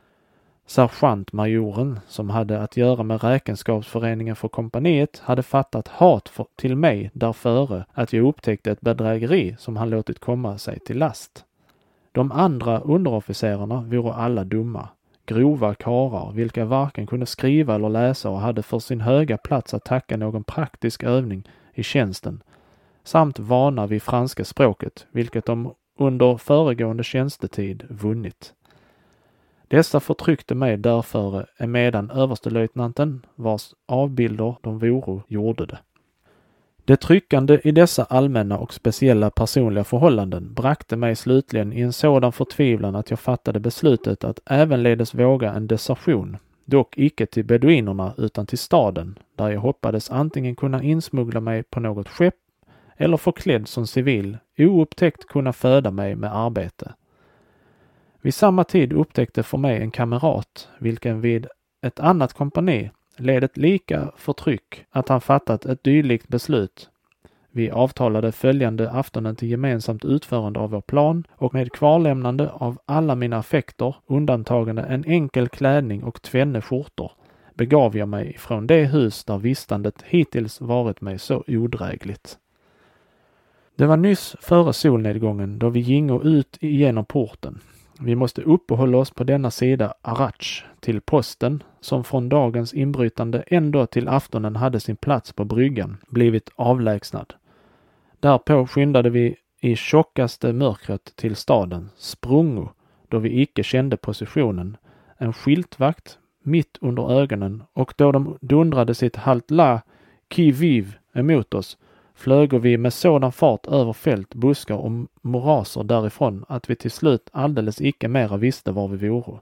Sergeantmajoren, som hade att göra med räkenskapsföreningen för kompaniet, hade fattat hat till mig därföre att jag upptäckte ett bedrägeri som han låtit komma sig till last. De andra underofficerarna vore alla dumma, grova karlar, vilka varken kunde skriva eller läsa och hade för sin höga plats att tacka någon praktisk övning i tjänsten, samt vana vid franska språket, vilket de under föregående tjänstetid vunnit. Dessa förtryckte mig därför emedan överstelöjtnanten, vars avbilder de voro, gjorde det. Det tryckande i dessa allmänna och speciella personliga förhållanden brakte mig slutligen i en sådan förtvivlan att jag fattade beslutet att ävenledes våga en desertion, dock icke till beduinerna utan till staden, där jag hoppades antingen kunna insmuggla mig på något skepp eller förklädd som civil, oupptäckt kunna föda mig med arbete. Vid samma tid upptäckte för mig en kamrat, vilken vid ett annat kompani led ett lika förtryck att han fattat ett dylikt beslut. Vi avtalade följande aftonen till gemensamt utförande av vår plan och med kvarlämnande av alla mina affekter, undantagande en enkel klädning och tvenne skjortor, begav jag mig från det hus där vistandet hittills varit mig så odrägligt. Det var nyss före solnedgången då vi gingo ut igenom porten. Vi måste uppehålla oss på denna sida Arach till posten, som från dagens inbrytande ändå till aftonen hade sin plats på bryggan, blivit avlägsnad. Därpå skyndade vi i tjockaste mörkret till staden, sprungo, då vi icke kände positionen, en skiltvakt mitt under ögonen, och då de dundrade sitt halt la, qui vive emot oss, flög vi med sådan fart över fält, buskar och moraser därifrån att vi till slut alldeles icke mera visste var vi vore.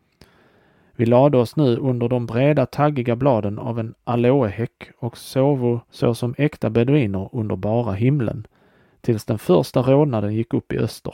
Vi lade oss nu under de breda taggiga bladen av en aloehäck och sovo såsom äkta beduiner under bara himlen, tills den första rodnaden gick upp i öster.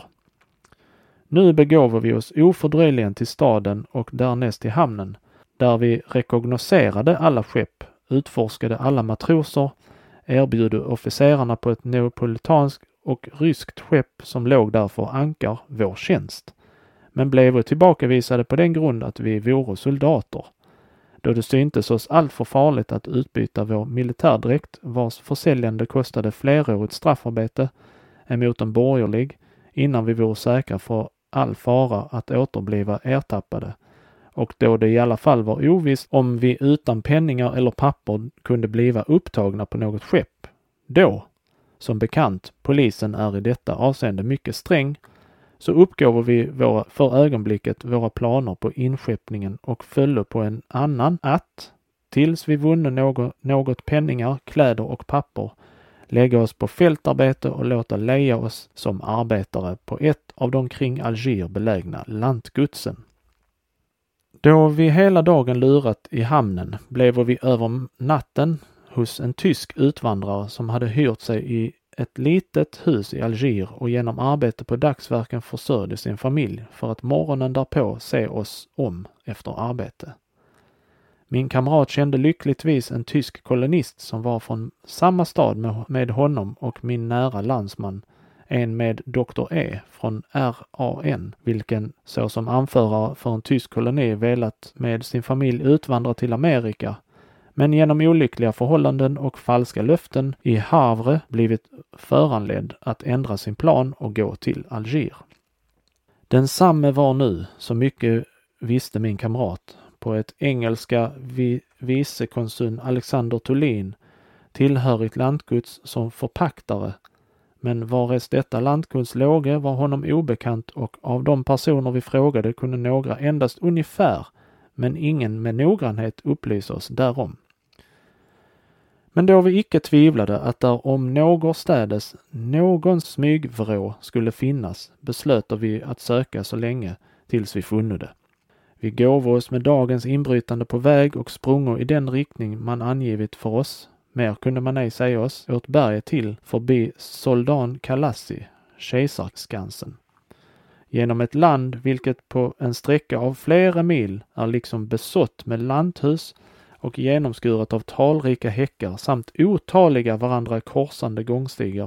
Nu begåvade vi oss ofördröjligen till staden och därnäst till hamnen, där vi rekognoserade alla skepp, utforskade alla matroser, erbjuder officerarna på ett neapolitanskt och ryskt skepp som låg där för ankar vår tjänst, men blev tillbakavisade på den grund att vi vore soldater, då det syntes oss allt för farligt att utbyta vår militärdräkt, vars försäljande kostade flerårigt straffarbete emot en borgerlig, innan vi vore säkra för all fara att återbliva ertappade, och då det i alla fall var ovisst om vi utan penningar eller papper kunde bliva upptagna på något skepp. Då, som bekant, polisen är i detta avseende mycket sträng, så uppgav vi för ögonblicket våra planer på inskeppningen och följde på en annan att, tills vi vunne något penningar, kläder och papper, lägga oss på fältarbete och låta leja oss som arbetare på ett av de kring Alger belägna lantgodsen. Då vi hela dagen lurat i hamnen blev vi över natten hos en tysk utvandrare som hade hyrt sig i ett litet hus i Alger och genom arbete på dagsverken försörjde sin familj för att morgonen därpå se oss om efter arbete. Min kamrat kände lyckligtvis en tysk kolonist som var från samma stad med honom och min nära landsman, en med Dr. E från RAN, vilken såsom anförare för en tysk koloni velat med sin familj utvandra till Amerika, men genom olyckliga förhållanden och falska löften i Havre blivit föranledd att ändra sin plan och gå till Alger. Densamme var nu, så mycket visste min kamrat, på ett engelska vicekonsul Alexander Thulin tillhörigt lantgods som förpaktare, men vares detta lantgods låge var honom obekant och av de personer vi frågade kunde några endast ungefär, men ingen med noggrannhet upplysa oss därom. Men då vi icke tvivlade att där om någonstädes någon smygvrå skulle finnas, beslöt vi att söka så länge tills vi funne det. Vi gåv oss med dagens inbrytande på väg och sprungo i den riktning man angivit för oss. Mer kunde man ej säga oss, åt berget till förbi Soldan Kalassi, kejsarskansen. Genom ett land vilket på en sträcka av flera mil är liksom besått med lanthus och genomskuret av talrika häckar samt otaliga varandra korsande gångstigar,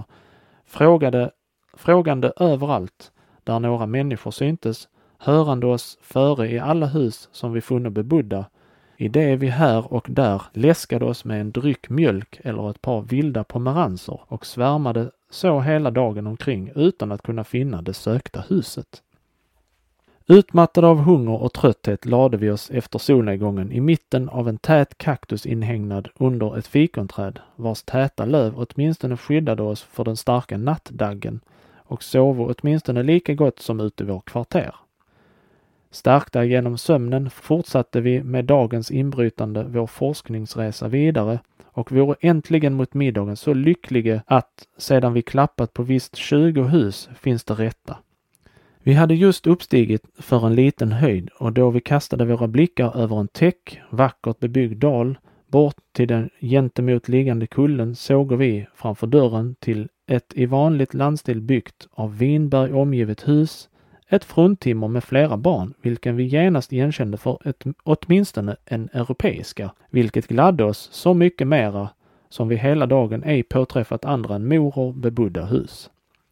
frågande överallt där några människor syntes, hörande oss före i alla hus som vi funne bebodda, i det vi här och där läskade oss med en dryck mjölk eller ett par vilda pomeranser och svärmade så hela dagen omkring utan att kunna finna det sökta huset. Utmattade av hunger och trötthet lade vi oss efter solnedgången i mitten av en tät kaktus inhägnad under ett fikonträd, vars täta löv åtminstone skyddade oss för den starka nattdaggen och sov åtminstone lika gott som ute i vår kvarter. Stärkta genom sömnen fortsatte vi med dagens inbrytande vår forskningsresa vidare och vore äntligen mot middagen så lyckliga att, sedan vi klappat på visst 20 hus, finns det rätta. Vi hade just uppstigit för en liten höjd och då vi kastade våra blickar över en täck, vackert bebyggd dal, bort till den gentemot liggande kullen såg vi framför dörren till ett i vanligt landstil byggt av vinberg omgivet hus, ett fruntimmer med flera barn, vilken vi genast igenkände för åtminstone en europeiska, vilket gladde oss så mycket mera som vi hela dagen ej påträffat andra än moror bebodda hus.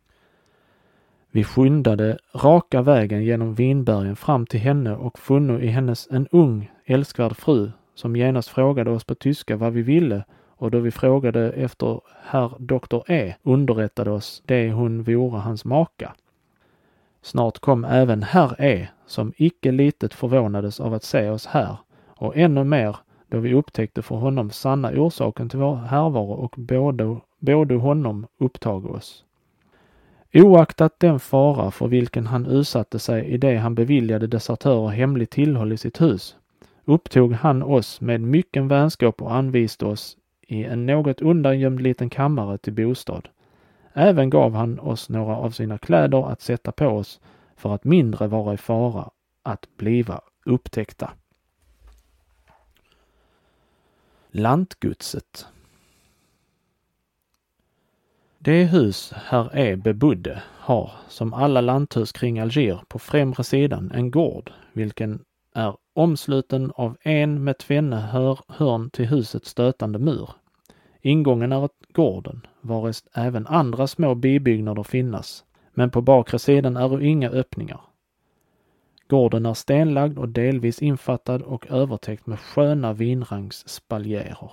Vi skyndade raka vägen genom vinbergen fram till henne och funno i hennes en ung, älskvärd fru som genast frågade oss på tyska vad vi ville, och då vi frågade efter herr doktor E underrättade oss det hon vore hans maka. Snart kom även herr E som icke litet förvånades av att se oss här, och ännu mer då vi upptäckte för honom sanna orsaken till vår härvaro och både honom upptag oss. Oaktat den fara för vilken han utsatte sig i det han beviljade desertörer hemligt tillhåll i sitt hus, upptog han oss med mycken vänskap och anviste oss i en något undangömd liten kammare till bostad. Även gav han oss några av sina kläder att sätta på oss för att mindre vara i fara att bliva upptäckta. Lantgodset. Det hus herr E bebodde har, som alla lanthus kring Alger, på främre sidan en gård, vilken är omsluten av en med tvenne hörn till huset stötande mur. Ingången är gården, varest även andra små bibyggnader finnas, men på bakre sidan är inga öppningar. Gården är stenlagd och delvis infattad och övertäckt med sköna vinrangsspaljerer.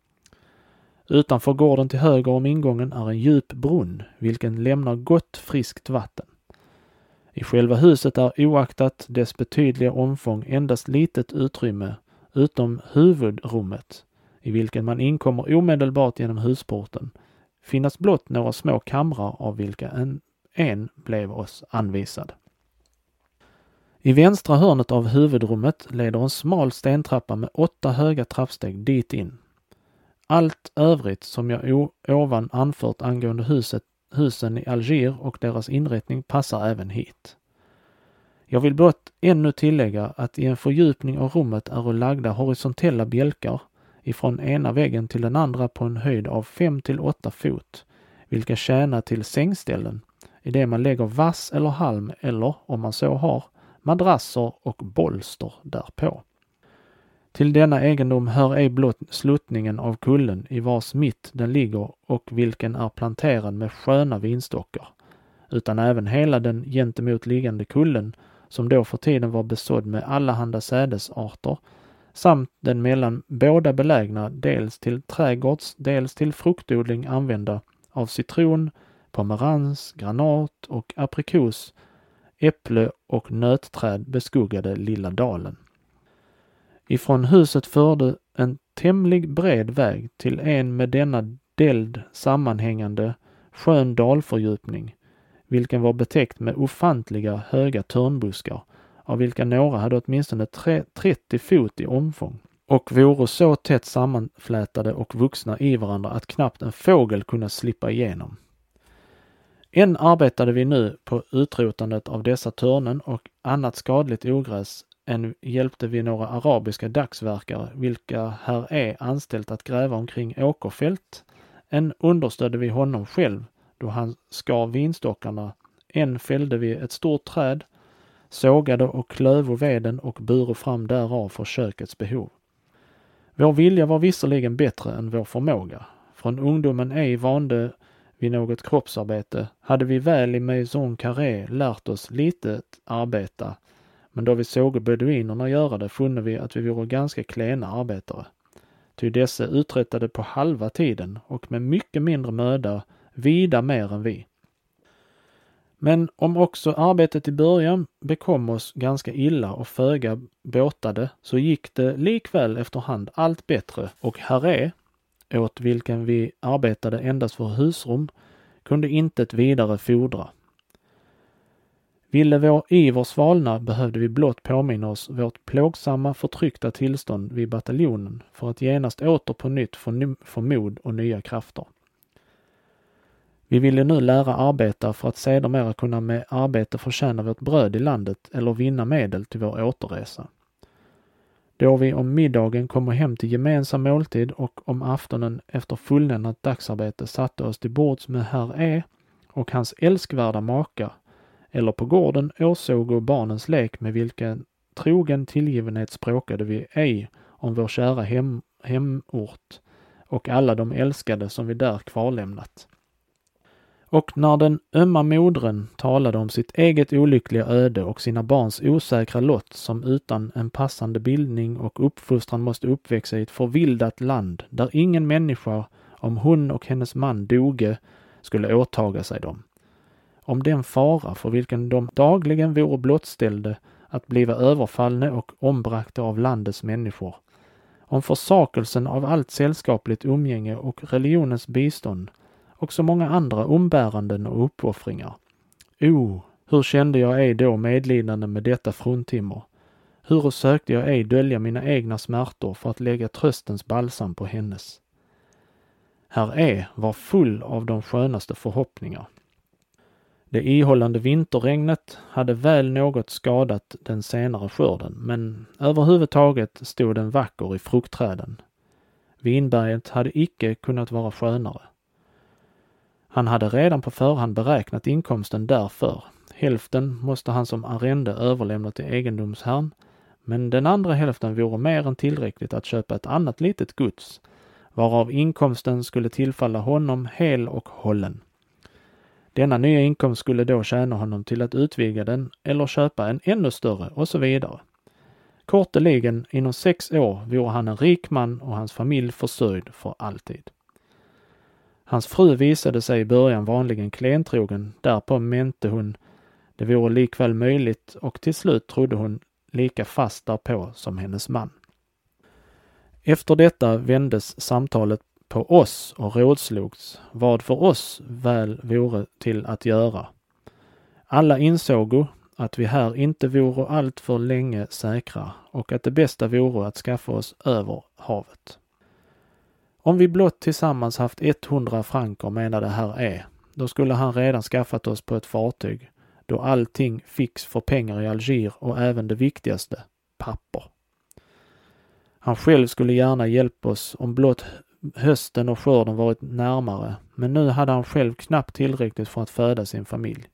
Utanför gården till höger om ingången är en djup brunn, vilken lämnar gott friskt vatten. I själva huset är oaktat dess betydliga omfång endast litet utrymme, utom huvudrummet, i vilken man inkommer omedelbart genom husporten, finnas blott några små kamrar av vilka en blev oss anvisad. I vänstra hörnet av huvudrummet leder en smal stentrappa med 8 höga trappsteg dit in. Allt övrigt som jag ovan anfört angående husen i Alger och deras inrättning passar även hit. Jag vill blott ännu tillägga att i en fördjupning av rummet är lagda horisontella bjälkar ifrån ena väggen till den andra på en höjd av 5 till 8 fot, vilka tjänar till sängställen, i det man lägger vass eller halm eller, om man så har, madrasser och bolster därpå. Till denna egendom hör ej blott sluttningen av kullen i vars mitt den ligger och vilken är planterad med sköna vinstockar, utan även hela den gentemot liggande kullen som då för tiden var besådd med allehanda sädesarter, samt den mellan båda belägna dels till trädgårds, dels till fruktodling använda av citron, pomerans, granat och aprikos, äpple och nötträd beskuggade lilla dalen. Ifrån huset förde en tämlig bred väg till en med denna deld sammanhängande skön dalfördjupning, vilken var betäckt med ofantliga höga törnbuskar, av vilka några hade åtminstone 30 fot i omfång, och vore så tätt sammanflätade och vuxna i varandra att knappt en fågel kunde slippa igenom. Än arbetade vi nu på utrotandet av dessa törnen och annat skadligt ogräs än hjälpte vi några arabiska dagsverkare, vilka här är anställt att gräva omkring åkerfält. Än understödde vi honom själv då han skar vinstockarna. Än fällde vi ett stort träd, sågade och klövo veden och buro fram därav för kökets behov. Vår vilja var visserligen bättre än vår förmåga. Från ungdomen ej vande vid något kroppsarbete hade vi väl i Maison Carré lärt oss lite att arbeta, men då vi såg beduinerna göra det funne vi att vi vore ganska klena arbetare. Ty dessa uträttade på halva tiden och med mycket mindre möda vida mer än vi. Men om också arbetet i början bekom oss ganska illa och föga båtade, så gick det likväl efterhand allt bättre och Harré, åt vilken vi arbetade endast för husrum, kunde intet vidare fordra. Ville vår iver svalna behövde vi blott påminna oss vårt plågsamma förtryckta tillstånd vid bataljonen för att genast åter på nytt få mod och nya krafter. Vi ville nu lära arbeta för att sedermera kunna med arbete förtjäna vårt bröd i landet eller vinna medel till vår återresa. Då vi om middagen kommer hem till gemensam måltid och om aftonen efter fulländat dagsarbete satte oss till bords med herr E och hans älskvärda maka, eller på gården åsåg barnens lek med vilken trogen tillgivenhet språkade vi ej om vår kära hemort och alla de älskade som vi där kvarlämnat. Och när den ömma modern talade om sitt eget olyckliga öde och sina barns osäkra lott som utan en passande bildning och uppfostran måste uppväxa i ett förvildat land där ingen människa, om hon och hennes man doge, skulle åtaga sig dem. Om den fara för vilken de dagligen vore blottställde att bliva överfallne och ombrakte av landets människor. Om försakelsen av allt sällskapligt umgänge och religionens bistånd och så många andra umbäranden och uppoffringar. Hur kände jag ej då medlidande med detta fruntimmer? Hur sökte jag ej dölja mina egna smärtor för att lägga tröstens balsam på hennes? Herr E var full av de skönaste förhoppningar. Det ihållande vinterregnet hade väl något skadat den senare skörden, men överhuvudtaget stod den vacker i fruktträden. Vinberget hade icke kunnat vara skönare. Han hade redan på förhand beräknat inkomsten därför. Hälften måste han som arrende överlämna till egendomsherrn, men den andra hälften vore mer än tillräckligt att köpa ett annat litet gods, varav inkomsten skulle tillfalla honom hel och hållen. Denna nya inkomst skulle då tjäna honom till att utvidga den eller köpa en ännu större och så vidare. Korteligen, inom 6 år vore han en rik man och hans familj försörjd för alltid. Hans fru visade sig i början vanligen klentrogen, därpå mente hon det vore likväl möjligt och till slut trodde hon lika fast därpå som hennes man. Efter detta vändes samtalet på oss och rådslogs vad för oss väl vore till att göra. Alla insåg att vi här inte vore allt för länge säkra och att det bästa vore att skaffa oss över havet. Om vi blott tillsammans haft 100 franker, menade herr E, då skulle han redan skaffat oss på ett fartyg, då allting fix för pengar i Alger och även det viktigaste, papper. Han själv skulle gärna hjälpa oss om blott hösten och skörden varit närmare, men nu hade han själv knappt tillräckligt för att föda sin familj.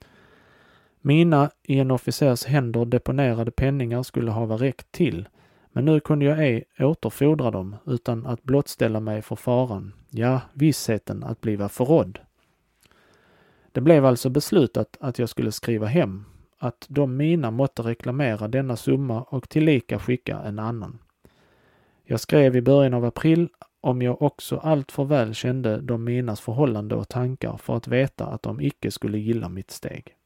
Mina i en officers händer deponerade penningar skulle ha räckt till, men nu kunde jag ej återfordra dem utan att blottställa mig för faran, ja, vissheten att bliva förrådd. Det blev alltså beslutat att jag skulle skriva hem, att de mina måtte reklamera denna summa och tillika skicka en annan. Jag skrev i början av april om jag också allt för väl kände de minas förhållande och tankar för att veta att de icke skulle gilla mitt steg.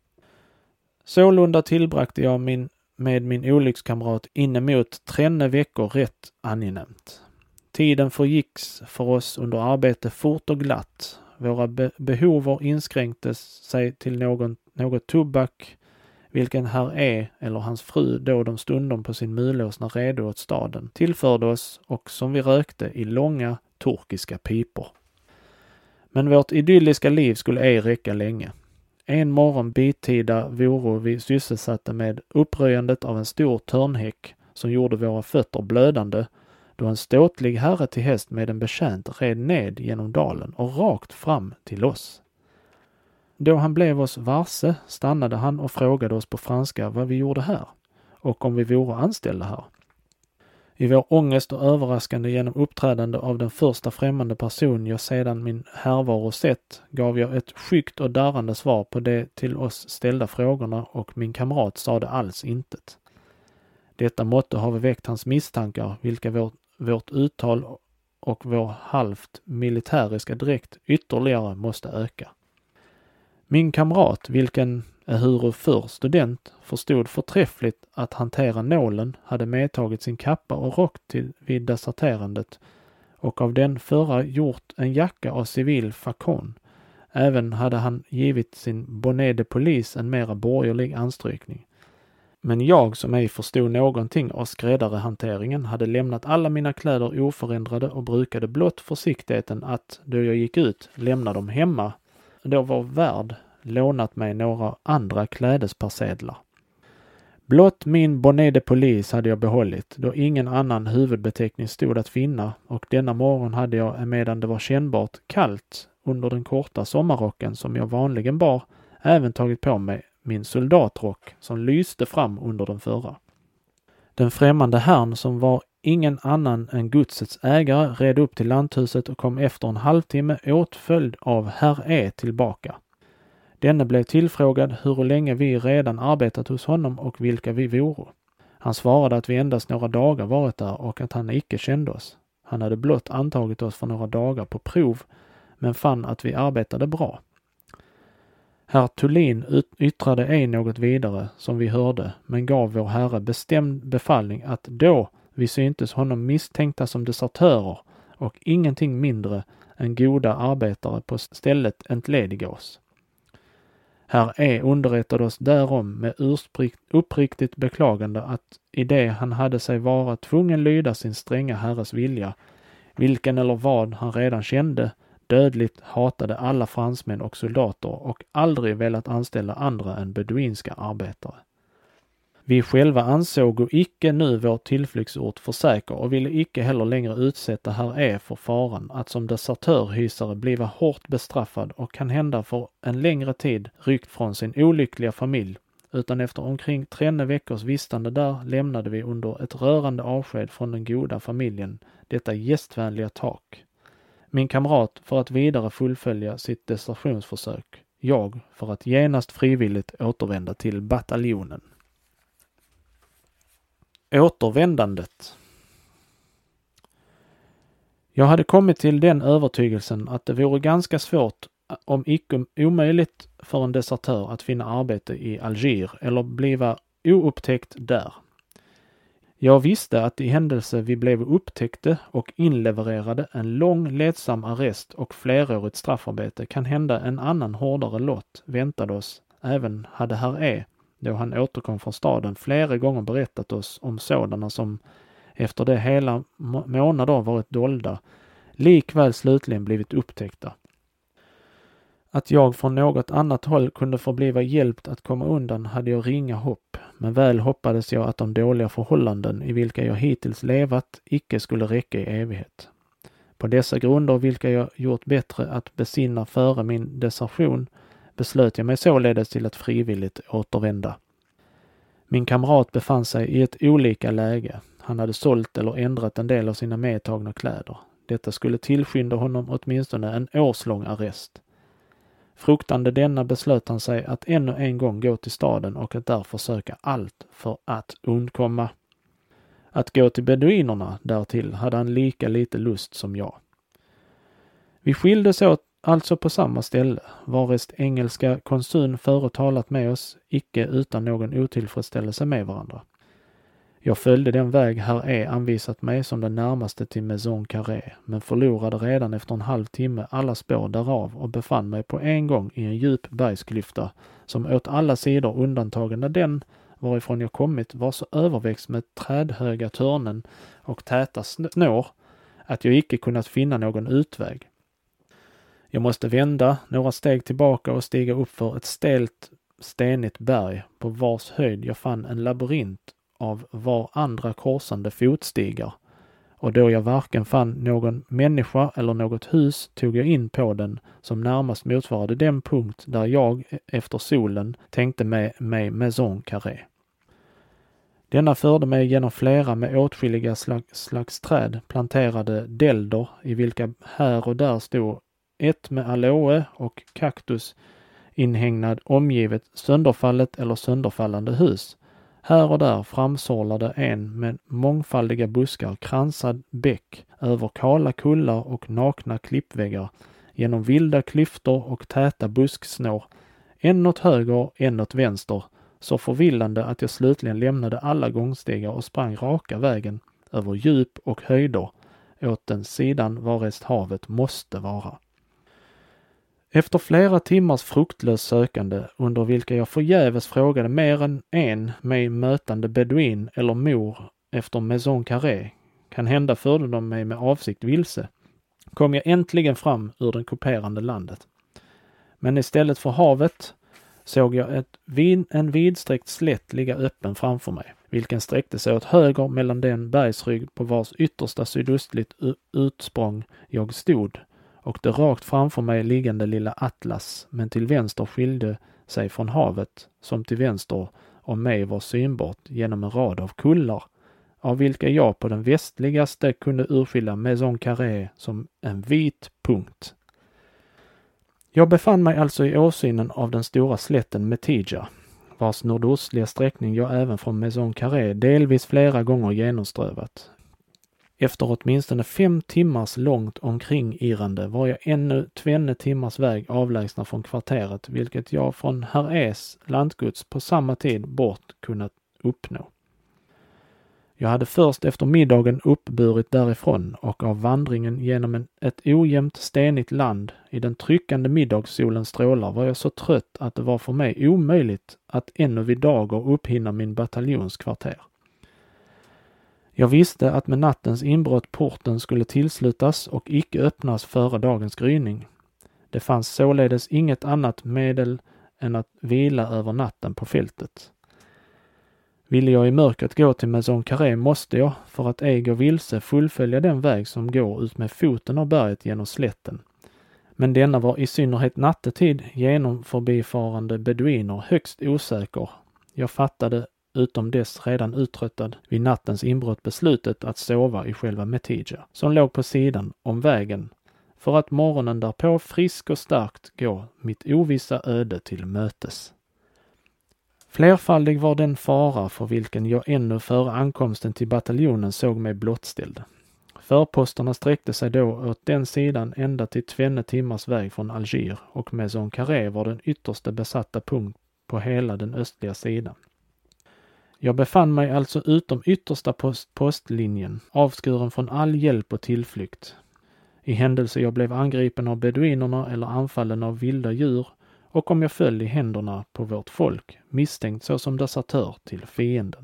Sålunda tillbragte jag med min olyckskamrat inemot 3 veckor rätt angenämt. Tiden förgicks för oss under arbete fort och glatt. Våra behov inskränktes sig till något tobak, vilken herr E eller hans fru då de stundom på sin mulåsna redo åt staden tillförde oss och som vi rökte i långa turkiska pipor. Men vårt idylliska liv skulle ej räcka länge. En morgon bittida voro vi sysselsatte med uppröjandet av en stor törnhäck som gjorde våra fötter blödande, då en ståtlig herre till häst med en betjänt red ned genom dalen och rakt fram till oss. Då han blev oss varse stannade han och frågade oss på franska vad vi gjorde här och om vi vore anställda här. I vår ångest och överraskande genom uppträdande av den första främmande person jag sedan min härvaro sett gav jag ett skyggt och darrande svar på de till oss ställda frågorna och min kamrat sade alls intet. Detta måtte ha väckt hans misstankar, vilka vårt uttal och vår halvt militäriska dräkt ytterligare måste öka. Min kamrat, vilken ehuru för student, förstod förträffligt att hantera nålen, hade medtagit sin kappa och rock vid deserterandet och av den förra gjort en jacka av civil fakon. Även hade han givit sin bonnet de police en mera borgerlig anstrykning. Men jag som ej förstod någonting av skräddarehanteringen hade lämnat alla mina kläder oförändrade och brukade blott försiktigheten att, då jag gick ut, lämna dem hemma, då var värd lånat mig några andra klädespersedlar. Blott min bonnet de police hade jag behållit, då ingen annan huvudbeteckning stod att finna, och denna morgon hade jag, medan det var kännbart kallt under den korta sommarrocken som jag vanligen bar, även tagit på mig min soldatrock som lyste fram under den förra. Den främmande herrn, som var ingen annan än godsets ägare, red upp till lanthuset och kom efter en halvtimme åtföljd av herr E tillbaka. Denne blev tillfrågad hur länge vi redan arbetat hos honom och vilka vi vore. Han svarade att vi endast några dagar varit där och att han icke kände oss. Han hade blott antagit oss för några dagar på prov, men fann att vi arbetade bra. Herr Thulin yttrade ej något vidare, som vi hörde, men gav vår herre bestämd befallning att då vi syntes honom misstänkta som desertörer och ingenting mindre än goda arbetare på stället entlediga oss. Herr E underrättade oss därom med uppriktigt beklagande att i det han hade sig vara tvungen lyda sin stränga herres vilja, vilken eller vad han redan kände, dödligt hatade alla fransmän och soldater och aldrig velat anställa andra än beduinska arbetare. Vi själva ansåg icke nu vår tillflyktsort för säker och ville icke heller längre utsätta herr E för faran att som desertörhysare bliva hårt bestraffad och kan hända för en längre tid ryckt från sin olyckliga familj, utan efter omkring 3 veckors vistande där lämnade vi under ett rörande avsked från den goda familjen detta gästvänliga tak. Min kamrat för att vidare fullfölja sitt desertionsförsök, jag för att genast frivilligt återvända till bataljonen. Återvändandet. Jag hade kommit till den övertygelsen att det vore ganska svårt, om icke omöjligt, för en desertör att finna arbete i Alger eller bliva oupptäckt där. Jag visste att i händelse vi blev upptäckte och inlevererade en lång ledsam arrest och flerårigt straffarbete kan hända en annan hårdare lott väntade oss. Även hade herr E, då han återkom från staden, flera gånger berättat oss om sådana som efter det hela månader varit dolda, likväl slutligen blivit upptäckta. Att jag från något annat håll kunde förbliva hjälpt att komma undan hade jag ringa hopp, men väl hoppades jag att de dåliga förhållanden i vilka jag hittills levat icke skulle räcka i evighet. På dessa grunder, vilka jag gjort bättre att besinna före min desertion, beslöt jag mig således till att frivilligt återvända. Min kamrat befann sig i ett olika läge. Han hade sålt eller ändrat en del av sina medtagna kläder. Detta skulle tillskynda honom åtminstone en årslång arrest. Fruktande denna beslöt han sig att ännu en gång gå till staden och att där försöka allt för att undkomma. Att gå till beduinerna därtill hade han lika lite lust som jag. Vi skildes åt alltså på samma ställe, varest engelska konsuln företalat med oss, icke utan någon otillfredsställelse med varandra. Jag följde den väg herr E anvisat mig som den närmaste till Maison Carré, men förlorade redan efter en halvtimme alla spår därav och befann mig på en gång i en djup bergsklyfta som åt alla sidor undantagande den varifrån jag kommit var så överväxt med trädhöga törnen och täta snår att jag icke kunnat finna någon utväg. Jag måste vända några steg tillbaka och stiga upp för ett stelt stenigt berg på vars höjd jag fann en labyrint av var andra korsande fotstigar, och då jag varken fann någon människa eller något hus tog jag in på den som närmast motsvarade den punkt där jag efter solen tänkte mig Maison Carré. Denna förde mig genom flera med åtskilliga slags träd planterade dälder i vilka här och där stod ett med aloe och kaktus inhägnad omgivet sönderfallet eller sönderfallande hus. Här och där framsorlade en med mångfaldiga buskar kransad bäck över kala kullar och nakna klippväggar genom vilda klyftor och täta busksnår, en åt höger, en åt vänster, så förvillande att jag slutligen lämnade alla gångstegar och sprang raka vägen över djup och höjder åt den sidan varest havet måste vara. Efter flera timmars fruktlös sökande, under vilka jag förgäves frågade mer än en mig mötande beduin eller mor efter Maison Carré, kan hända förde de mig med avsikt vilse, kom jag äntligen fram ur den kuperande landet. Men istället för havet såg jag en vidsträckt slätt ligga öppen framför mig, vilken sträckte sig åt höger mellan den bergsrygg på vars yttersta sydöstligt utsprång jag stod, och det rakt framför mig liggande lilla Atlas, men till vänster skilde sig från havet, som till vänster om mig var synbart genom en rad av kullar, av vilka jag på den västligaste kunde urskilja Maison Carré som en vit punkt. Jag befann mig alltså i åsynen av den stora slätten Metidja, vars nordostliga sträckning jag även från Maison Carré delvis flera gånger genomströvat. Efter åtminstone 5 timmars långt omkringirrande var jag ännu 2 timmars väg avlägsna från kvarteret, vilket jag från herr E's lantgods på samma tid bort kunnat uppnå. Jag hade först efter middagen uppburit därifrån och av vandringen genom ett ojämnt stenigt land i den tryckande middagssolens strålar var jag så trött att det var för mig omöjligt att ännu vid dagar upphinna min bataljonskvarter. Jag visste att med nattens inbrott porten skulle tillslutas och icke öppnas före dagens gryning. Det fanns således inget annat medel än att vila över natten på fältet. Ville jag i mörkret gå till Maison Carré måste jag, för att ej gå vilse, fullfölja den väg som går ut med foten av berget genom slätten. Men denna var i synnerhet nattetid genom förbifarande beduiner högst osäker. Jag fattade utom dess redan uttröttad vid nattens inbrott beslutet att sova i själva Metidja, som låg på sidan om vägen, för att morgonen därpå frisk och starkt gå mitt ovissa öde till mötes. Flerfaldig var den fara för vilken jag ännu före ankomsten till bataljonen såg mig blottställd. Förposterna sträckte sig då åt den sidan ända till 2 timmars väg från Alger, och Maison Carré var den yttersta besatta punkt på hela den östliga sidan. Jag befann mig alltså utom yttersta postlinjen, avskuren från all hjälp och tillflykt. I händelse jag blev angripen av beduinerna eller anfallen av vilda djur, och om jag föll i händerna på vårt folk, misstänkt såsom desertör till fienden.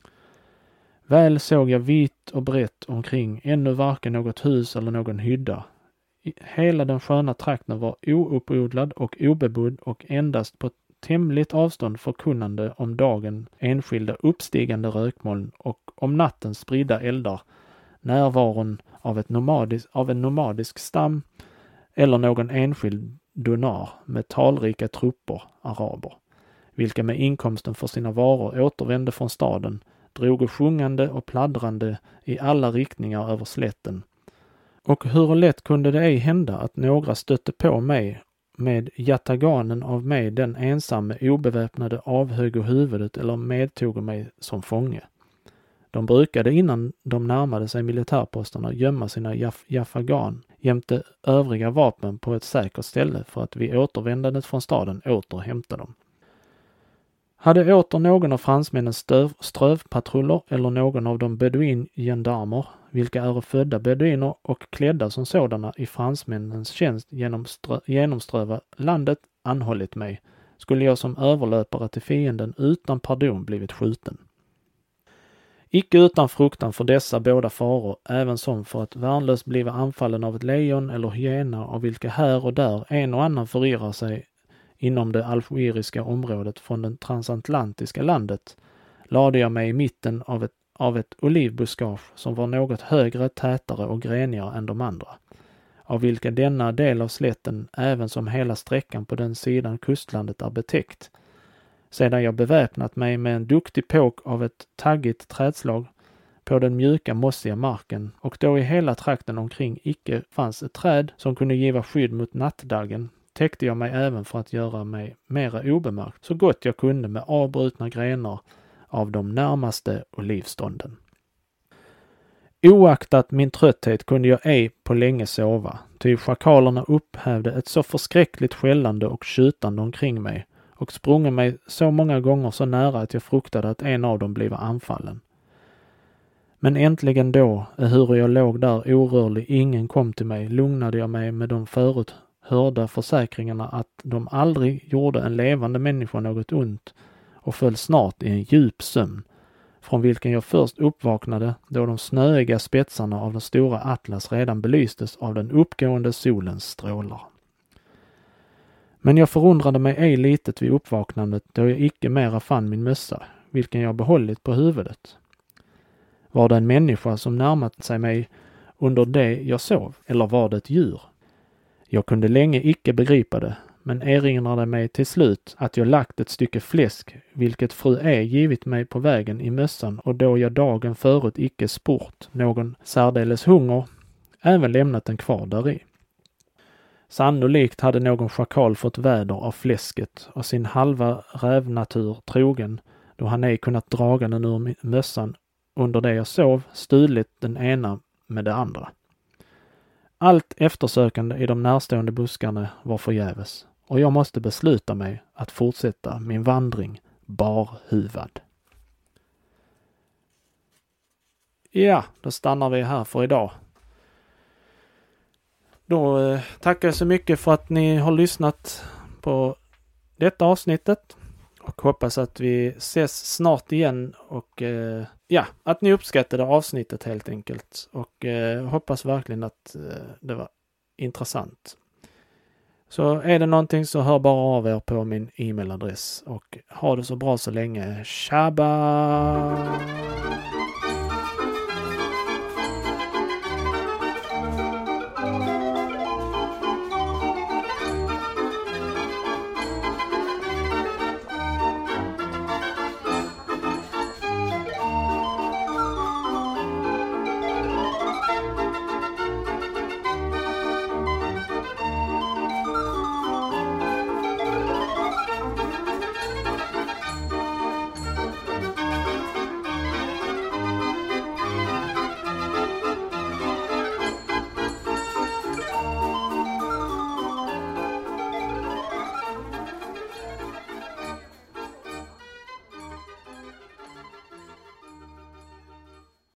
Väl såg jag vitt och brett omkring, ännu varken något hus eller någon hydda. Hela den sköna trakten var ouppodlad och obebodd, och endast på tämligt avstånd förkunnande om dagen enskilda uppstigande rökmoln och om natten spridda eldar, närvaron av en nomadisk stam eller någon enskild donar med talrika trupper araber, vilka med inkomsten för sina varor återvände från staden, drog sjungande och pladdrande i alla riktningar över slätten. Och hur lätt kunde det ej hända att några stötte på mig med jataganen av mig den ensamme obeväpnade avhög huvudet eller medtog mig som fånge. De brukade innan de närmade sig militärposterna gömma sina jaffagan jämte övriga vapen på ett säkert ställe för att vid återvändandet från staden återhämta dem. Hade åter någon av fransmännens strövpatruller eller någon av de beduin-gendarmer, vilka är födda beduiner och klädda som sådana i fransmännens tjänst genomströva landet, anhållit mig, skulle jag som överlöpare till fienden utan pardon blivit skjuten. Icke utan fruktan för dessa båda faror, även som för att värnlöst bliva anfallen av ett lejon eller hyena, av vilka här och där en och annan förirrar sig inom det algeriska området från det transatlantiska landet, lade jag mig i mitten av ett olivbuskage som var något högre, tätare och grenigare än de andra, av vilka denna del av slätten även som hela sträckan på den sidan kustlandet är betäckt. Sedan jag beväpnat mig med en duktig påk av ett taggigt trädslag på den mjuka mossiga marken, och då i hela trakten omkring icke fanns ett träd som kunde giva skydd mot nattdaggen, täckte jag mig även för att göra mig mera obemärkt så gott jag kunde med avbrutna grenar av de närmaste olivstånden. Oaktat min trötthet kunde jag ej på länge sova, ty schakalerna upphävde ett så förskräckligt skällande och tjutande omkring mig och sprunga mig så många gånger så nära att jag fruktade att en av dem blev anfallen. Men äntligen då, ehuru jag låg där orörlig, ingen kom till mig, lugnade jag mig med de förut hörda försäkringarna att de aldrig gjorde en levande människa något ont och föll snart i en djup sömn, från vilken jag först uppvaknade då de snöiga spetsarna av den stora Atlas redan belystes av den uppgående solens strålar. Men jag förundrade mig ej litet vid uppvaknandet då jag icke mera fann min mössa, vilken jag behållit på huvudet. Var det en människa som närmat sig mig under det jag sov, eller var det ett djur? Jag kunde länge icke begripa det, men erinrade mig till slut att jag lagt ett stycke fläsk, vilket fru E givit mig på vägen i mössan, och då jag dagen förut icke sport någon särdeles hunger, även lämnat den kvar däri. Sannolikt hade någon schakal fått väder av fläsket och sin halva rävnatur trogen, då han ej kunnat draga den ur mössan under det jag sov, stulit den ena med det andra. Allt eftersökande i de närstående buskarna var förgäves, och jag måste besluta mig att fortsätta min vandring barhuvad. Ja, då stannar vi här för idag. Då tackar jag så mycket för att ni har lyssnat på detta avsnittet och hoppas att vi ses snart igen och att ni uppskattade avsnittet helt enkelt, och hoppas verkligen att det var intressant. Så är det någonting så hör bara av er på min e-mailadress, och ha det så bra så länge. Shabba!